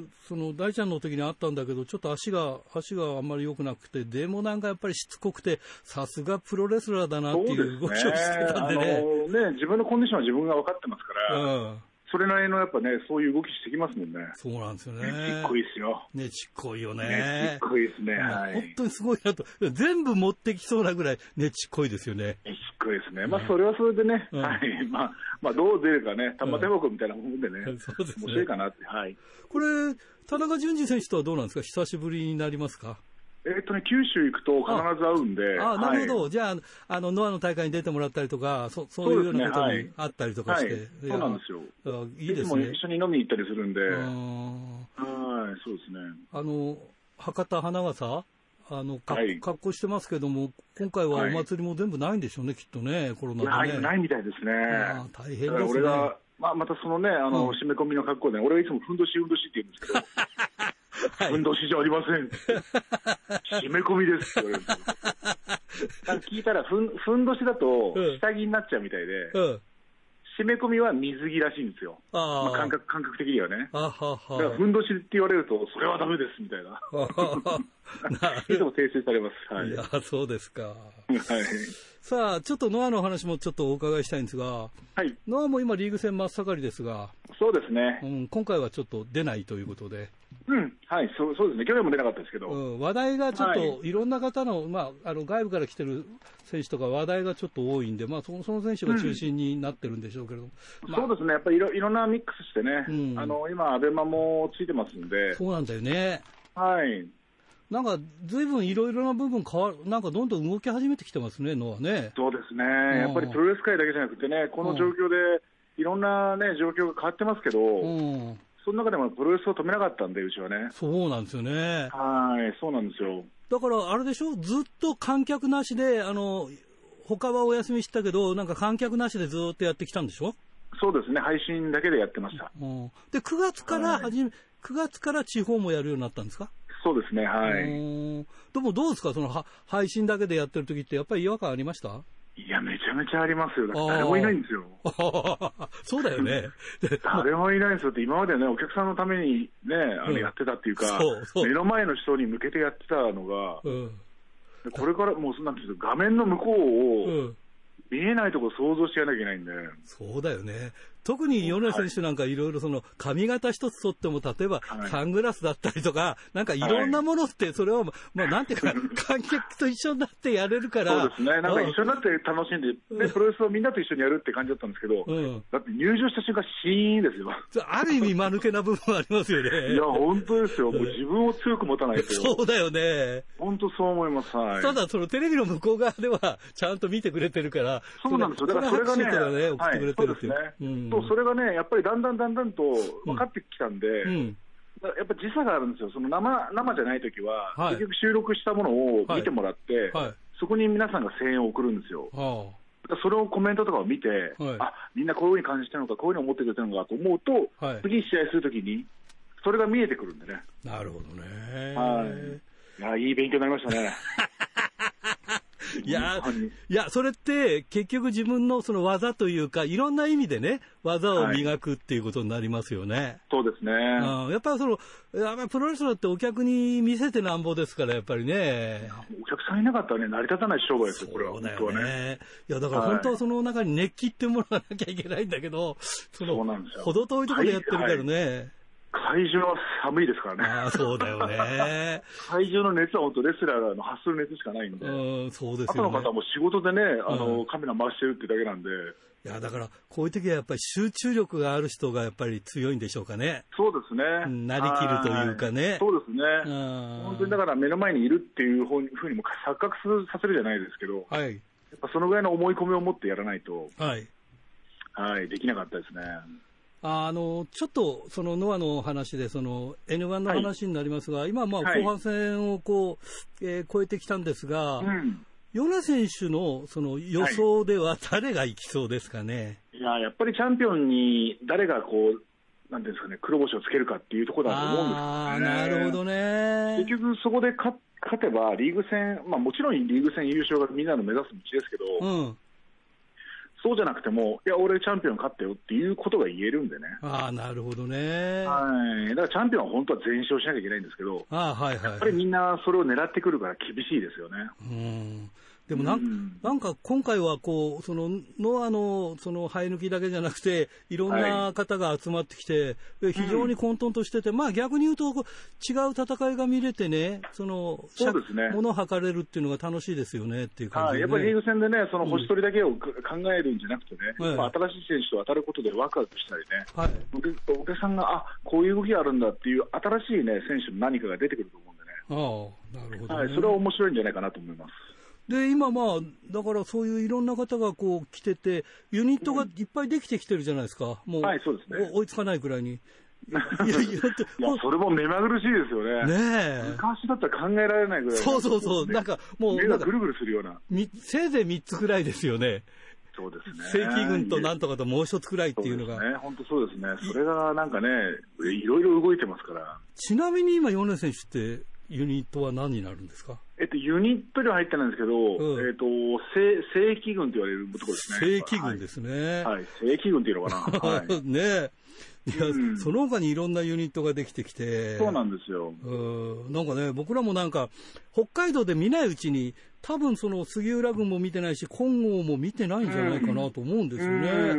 その大ちゃんの時にあったんだけど、ちょっと足が、足があんまり良くなくて、でもなんかやっぱりしつこくて、さすがプロレスラーだなっていう動きをしてたんでね。 あのね、自分のコンディションは自分が分かってますから、うん、それなりのやっぱね、そういう動きしてきますもんね。 そうなんですよね。 ね、ちっこいですよ。 ね、ちっこいよね。 ね、ちっこいですね。はい。 本当にすごいなと。全部持ってきそうなぐらい、ね、ちっこいですよね。 ちっこいですね。まあ、それはそれでね、うん、はい。まあ、まあ、どう出るかね、玉手箱みたいなもんでね。うん、そうですね。面白いかなって。はい。 これ、田中淳二選手とはどうなんですか？久しぶりになりますか？ えっとね、九州行くと必ず会うんで。 ああ、なるほど。はい、じゃあ、あの、ノアの大会に出てもらったりとか、そそういうようなことにあったりとかして。 そうですね、はいはい、そうなんですよ。 いいですね。 いつも一緒に飲みに行ったりするんで。はい、そうですね。 あの、博多花笠あの、か、はい、格好してますけども、今回はお祭りも全部ないんでしょうね、はい、きっとね、コロナでね。 ないみたいですね。 あ大変ですね。 俺が、まあ、またそのね、あの、うん、締め込みの格好で、俺はいつもふんどしふんどしって言うんですけど、はい、ふんどしじゃありません。締め込みですって言われるんですよ。聞いたらふん、ふんどしだと下着になっちゃうみたいで、うん、 締め込みは水着らしいんですよ。あ、まあ、感覚、感覚的にはね。 あはは。 だからふんどしって言われると、それはダメですみたいな。いつも訂正されます。はい。 いや、そうですか。 はい。 さあ、ちょっとノアの話もちょっとお伺いしたいんですが、 はい。 ノアも今リーグ戦真っ盛りですが、 そうですね。 うん、今回はちょっと出ないということで。 うん、はい、そう、そうですね。去年も出なかったですけど。 うん、話題がちょっと、はい、いろんな方の、まあ、あの、外部から来てる選手とか話題がちょっと多いんで、まあ、その、その選手が中心になってるんでしょうけれども。 うん、まあ、そうですね。やっぱりいろ、いろんなミックスしてね、うん、あの、今、アベマもついてますんで。 そうなんだよね。 はい。 なんか、ずいぶんいろいろな部分変わる、なんかどんどん動き始めてきてますね、ノアね。 そうですね。やっぱりプロレス界だけじゃなくてね、この状況で、いろんなね、状況が変わってますけど、うん、その中でもプロレスを止めなかったんで、うちはね。 そうなんですよね。 はい、そうなんですよ。 だから、あれでしょ、ずっと観客なしで、あの、他はお休みしたけど、なんか観客なしでずっとやってきたんでしょ？ そうですね、配信だけでやってました。 うん、で、くがつから始め、はい、くがつから地方もやるようになったんですか？ そうですね、はい。 でもどうですか、そのは配信だけでやってる時って、やっぱり違和感ありました？ いや、めちゃめちゃありますよ。だから誰もいないんですよ。 そうだよね。 誰もいないんですよって、今までね、お客さんのためにね、あの、やってたっていうか、うん、そうそう、目の前の人に向けてやってたのが、うん、これからもう、なんていうか、画面の向こうを、うん、見えないところ想像してやらなきゃいけないんで。 そうだよね。特に米根選手なんかいろいろその髪型一つとっても、例えばサングラスだったりとか、なんかいろんなものって、それを、まあなんていうか、観客と一緒になってやれるから。 そうですね。なんか一緒になって楽しんで、で、プロレスをみんなと一緒にやるって感じだったんですけど、うん、だって入場した瞬間シーンですよ。 ある意味間抜けな部分はありますよね。 いや、本当ですよ。もう自分を強く持たないと。 そうだよね。 本当そう思います。はい。 ただ、そのテレビの向こう側では、ちゃんと見てくれてるから。 そうなんですよ。だからそれがね、 ね、送ってくれてるっていう。 はい、そうですね。うん、そう、それがね、やっぱりだんだんだんだんと分かってきたんで、うんうん、やっぱ時差があるんですよ。その生、生じゃないときは、はい、結局収録したものを見てもらって、はいはい、そこに皆さんが声援を送るんですよ。はあ、それをコメントとかを見て、はい、あ、みんなこういうふうに感じてるのか、こういうふうに思ってくれてるのかと思うと、はい、次試合するときに、それが見えてくるんでね。 なるほどね。 はい。いや、いい勉強になりましたね。 いや、いや、それって結局自分のその技というか、いろんな意味でね、技を磨くっていうことになりますよね。はい、 そうですね。 うん、やっぱりその、やっぱりプロレスラーってお客に見せてなんぼですから、やっぱりね。 お客さんいなかったらね、成り立たない商売ですよ、これは。 そうだよね。いや、だから本当はその中に熱気っていうものがなきゃいけないんだけど、その、ほど遠いところでやってるからね。はいはい、 会場は寒いですからね。 ああ、そうだよね。 会場の熱は本当レスラーの発する熱しかないんで。 うん、そうですよね。 後の方はもう仕事でね、あの、うん、カメラ回してるってだけなんで。 いや、だから、こういう時はやっぱり集中力がある人がやっぱり強いんでしょうかね。 そうですね。 なりきるというかね。 そうですね。本当にだから目の前にいるっていうふうにも錯覚させるじゃないですけど、はい。やっぱそのぐらいの思い込みを持ってやらないと、はい。はい、できなかったですね。 あのちょっとそのノアの話でその エヌワン の話になりますが、はい、今、まあ後半戦をこう、はい、えー、超えてきたんですが、うん、米選手のその予想では誰がいきそうですかね。 はい、いややっぱりチャンピオンに誰がこうなんていうんですかね、黒星をつけるかっていうところだと思うんですよね。 あなるほどね。 結局そこで勝てばリーグ戦、まあ、もちろんリーグ戦優勝がみんなの目指す道ですけど。うん、そうじゃなくても、いや、俺チャンピオン勝ったよっていうことが言えるんでね。 ああ、なるほどね。 はい。だからチャンピオンは本当は全勝しなきゃいけないんですけど、 ああ、はいはい。 やっぱりみんなそれを狙ってくるから厳しいですよね。 うん。でもなん、うん、なんか今回はこう、その、ノアの、その、生え抜きだけじゃなくて、いろんな方が集まってきて、はい、非常に混沌としてて、うん、まあ逆に言うと、違う戦いが見れてね、その、 そうですね。 物を測れるっていうのが楽しいですよねっていう感じで、ね。 はい。やっぱりリーグ戦でね、その星取りだけを考えるんじゃなくてね、うん、まあ、新しい選手と当たることでワクワクしたりね、はい、お客さんが、あ、こういう動きがあるんだっていう新しいね、選手の何かが出てくると思うんでね。 ああ、なるほど、ね。 はい。それは面白いんじゃないかなと思います。 で今、まあ、だからそういういろんな方がこう来てて、ユニットがいっぱいできてきてるじゃないですか、もう、 はい、そうですね、 追いつかないくらいに。いや、 いやそれも目まぐるしいですよね。ねえ。昔だったら考えられないぐらい。 そうそうそう、なんかもう、 目がぐるぐるするような。 せいぜいみっつくらいですよね。 そうですね。 正規軍となんとかともう一つくらいっていうのが。 そうですね、本当そうですね。それがなんかね、いろいろ動いてますから。 ちなみに今、米選手って、ユニットは何になるんですか？ えっと、ユニットには入ってないんですけど、うん、えっと、正正規軍と言われるところですね。 正規軍ですね。 はい。はい、正規軍っていうのかな。はい、 ねえ。いや、うん、その他にいろんなユニットができてきて。 そうなんですよ。 うん。なんかね、僕らもなんか、北海道で見ないうちに、多分その杉浦軍も見てないし、金剛も見てないんじゃないかなと思うんですよね。うん、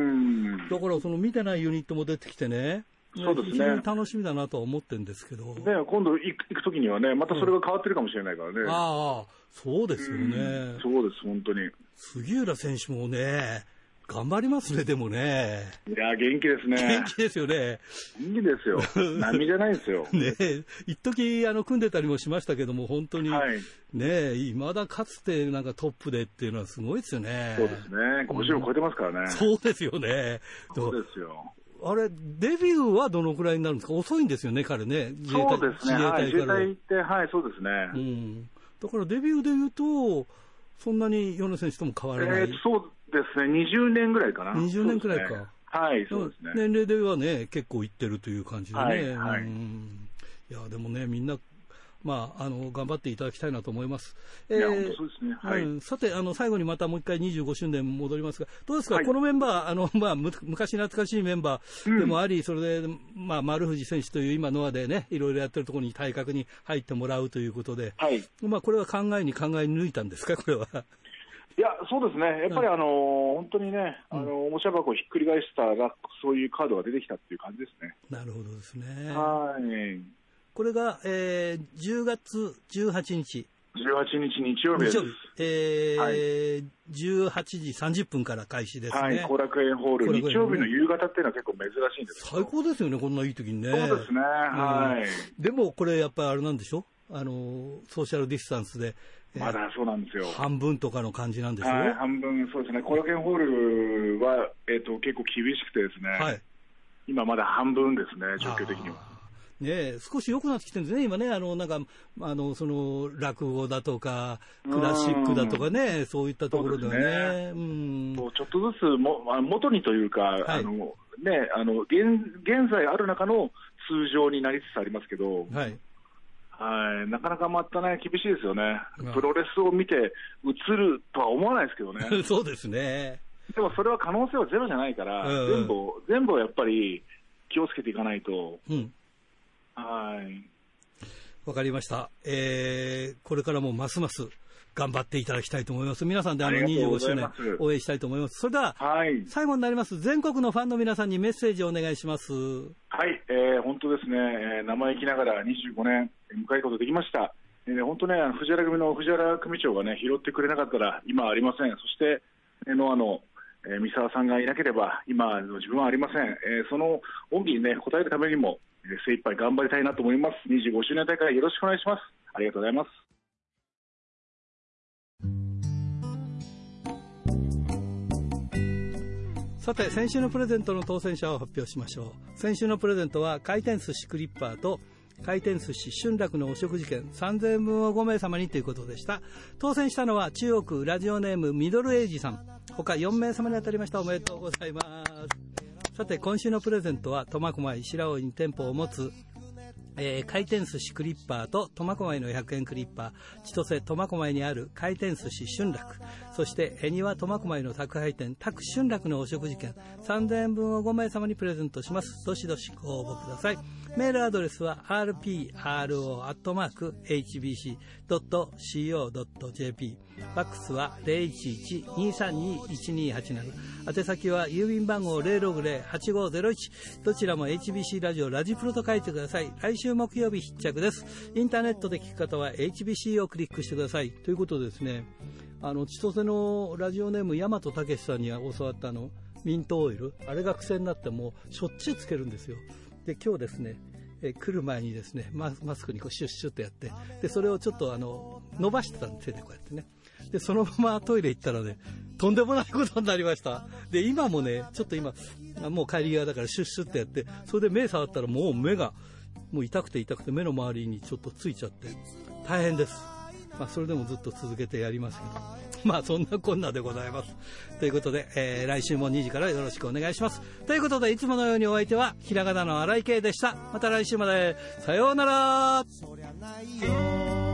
だからその見てないユニットも出てきてね。 そうですね。 非常に楽しみだなとは思ってるんですけど。 ね、今度行く、行くときにはね、またそれが変わってるかもしれないからね。うん、 ああ、そうですよね、うん。 そうです、本当に。 杉浦選手もね、頑張りますね、でもね。 いや、元気ですね。 元気ですよね。 元気ですよ。波じゃないですよ。 ねえ、一時あの組んでたりもしましたけども、本当に、はい、ねえ、いまだかつてなんかトップでっていうのはすごいですよね。 そうですね。ごじゅうを超えてますからね。 そうですよね。 そうですよ。 あれ、デビューはどのくらいになるんですか？遅いんですよね、彼ね。 自衛隊、そうですね。自衛隊から。はい、自衛隊って、はい、そうですね。 うん。だからデビューで言うと、そんなに米選手とも変わらない。 えー、そうですね。にじゅうねんぐらいかな。 にじゅうねんくらいか。 ね、はい、そうですね。 年齢ではね、結構いってるという感じでね。はい、はい。うん、いや、でもね、みんな、まあ、あの、頑張っていただきたいなと思います。 えー、いや、本当そうですね。はい。 うん、さて、あの、最後にまたもう一回にじゅうごしゅうねん戻りますが、どうですか、はい、このメンバー、あの、まあ、む昔懐かしいメンバーでもあり、うん、それで、まあ、丸藤選手という今ノアでね、いろいろやってるところに体格に入ってもらうということで、はい。まあ、これは考えに考え抜いたんですか、これは。 いや、そうですね。やっぱりあの、うん、本当にね、あの、おもちゃ箱をひっくり返したら、そういうカードが出てきたっていう感じですね。 なるほどですね。 はい。 これが、えー、じゅうがつじゅうはちにち。 じゅうはちにち日曜日です。日曜日。 えー、はい、じゅうはちじさんじゅっぷんから開始ですね。 はい、後楽園ホール。日曜日の夕方っていうのは結構珍しいんです。 最高ですよね、こんないい時にね。 そうですね、はい、 うん。でも、これやっぱりあれなんでしょ？あの、ソーシャルディスタンスで。 まだそうなんですよ。 半分とかの感じなんですよ。 はい、半分、そうですね。後楽園ホールは、えっと、結構厳しくてですね。はい。今まだ半分ですね、状況的には。 ね、少し良くなってきてるんですね、今ね、あのなんかあのその落語だとか、クラシックだとかね、そういったところではね、 うん、ちょっとずつも元にというか、はい、あのね、あの 現, 現在ある中の通常になりつつありますけど、はい、はいなかなかまたね、厳しいですよね、プロレスを見て映るとは思わないですけどね。 そうですね。 でもそれは可能性はゼロじゃないから、うん、全部全部やっぱり気をつけていかないと。うん、はい。 わかりました。えー、これからもますます頑張っていただきたいと思います。皆さんであのにじゅうごしゅうねん応援したいと思います。それでは、はい、最後になります。全国のファンの皆さんにメッセージをお願いします。 はい、えー、本当ですね、えー、生意気ながらにじゅうごねん迎えることできました。えー、本当ね、藤原組の藤原組長がね、拾ってくれなかったら今はありません。そして、ノアのえー、三沢さんがいなければ今の自分はありません。えー、その恩義にね、応えるためにも、えー、精一杯頑張りたいなと思います。にじゅうごしゅうねん大会よろしくお願いします。ありがとうございます。 さて、先週のプレゼントの当選者を発表しましょう。先週のプレゼントは回転寿司クリッパーと回転寿司春楽のお食事券さんぜんえんぶんをごめいさまにということでした。当選したのは中央区ラジオネームミドルエイジさん、他よんめいさまに当たりました。おめでとうございます。さて、今週のプレゼントは苫小牧白老に店舗を持つえー、回転寿司クリッパーと苫小牧のひゃくえんクリッパー、千歳苫小牧にある回転寿司春楽、そして恵庭苫小牧の宅配店宅春楽のお食事券さんぜんえんぶんをごめいさまにプレゼントします。どしどしご応募ください。メールアドレスは アールピーアールオー アットマーク エイチビーシー ドット シーオー ドット ジェーピー、 ファックスは ゼロいちいち にさんに いちにはちなな、宛先は郵便番号 ゼロろくゼロ はちごゼロいち、どちらも エイチビーシー ラジオラジプロと書いてください。来週木曜日必着です。インターネットで聞く方は エイチビーシー をクリックしてください。ということでですね、あの千歳のラジオネーム大和武さんに教わったあのミントオイル、あれが癖になってもうしょっちゅうつけるんですよ。で、今日ですね、え来る前にですね、マスクにこうシュッシュッとやって、でそれをちょっとあの伸ばしてたんで、手でこうやってね、でそのままトイレ行ったらね、とんでもないことになりました。で今もね、ちょっと今もう帰り際だからシュッシュッとやって、それで目触ったらもう目がもう痛くて痛くて目の周りにちょっとついちゃって大変です。まあ、それでもずっと続けてやりますけど、まあそんなこんなでございます。ということで、えー、来週もにじからよろしくお願いします。ということで、いつものようにお相手はひらがなの荒井圭でした。また来週まで、さようなら。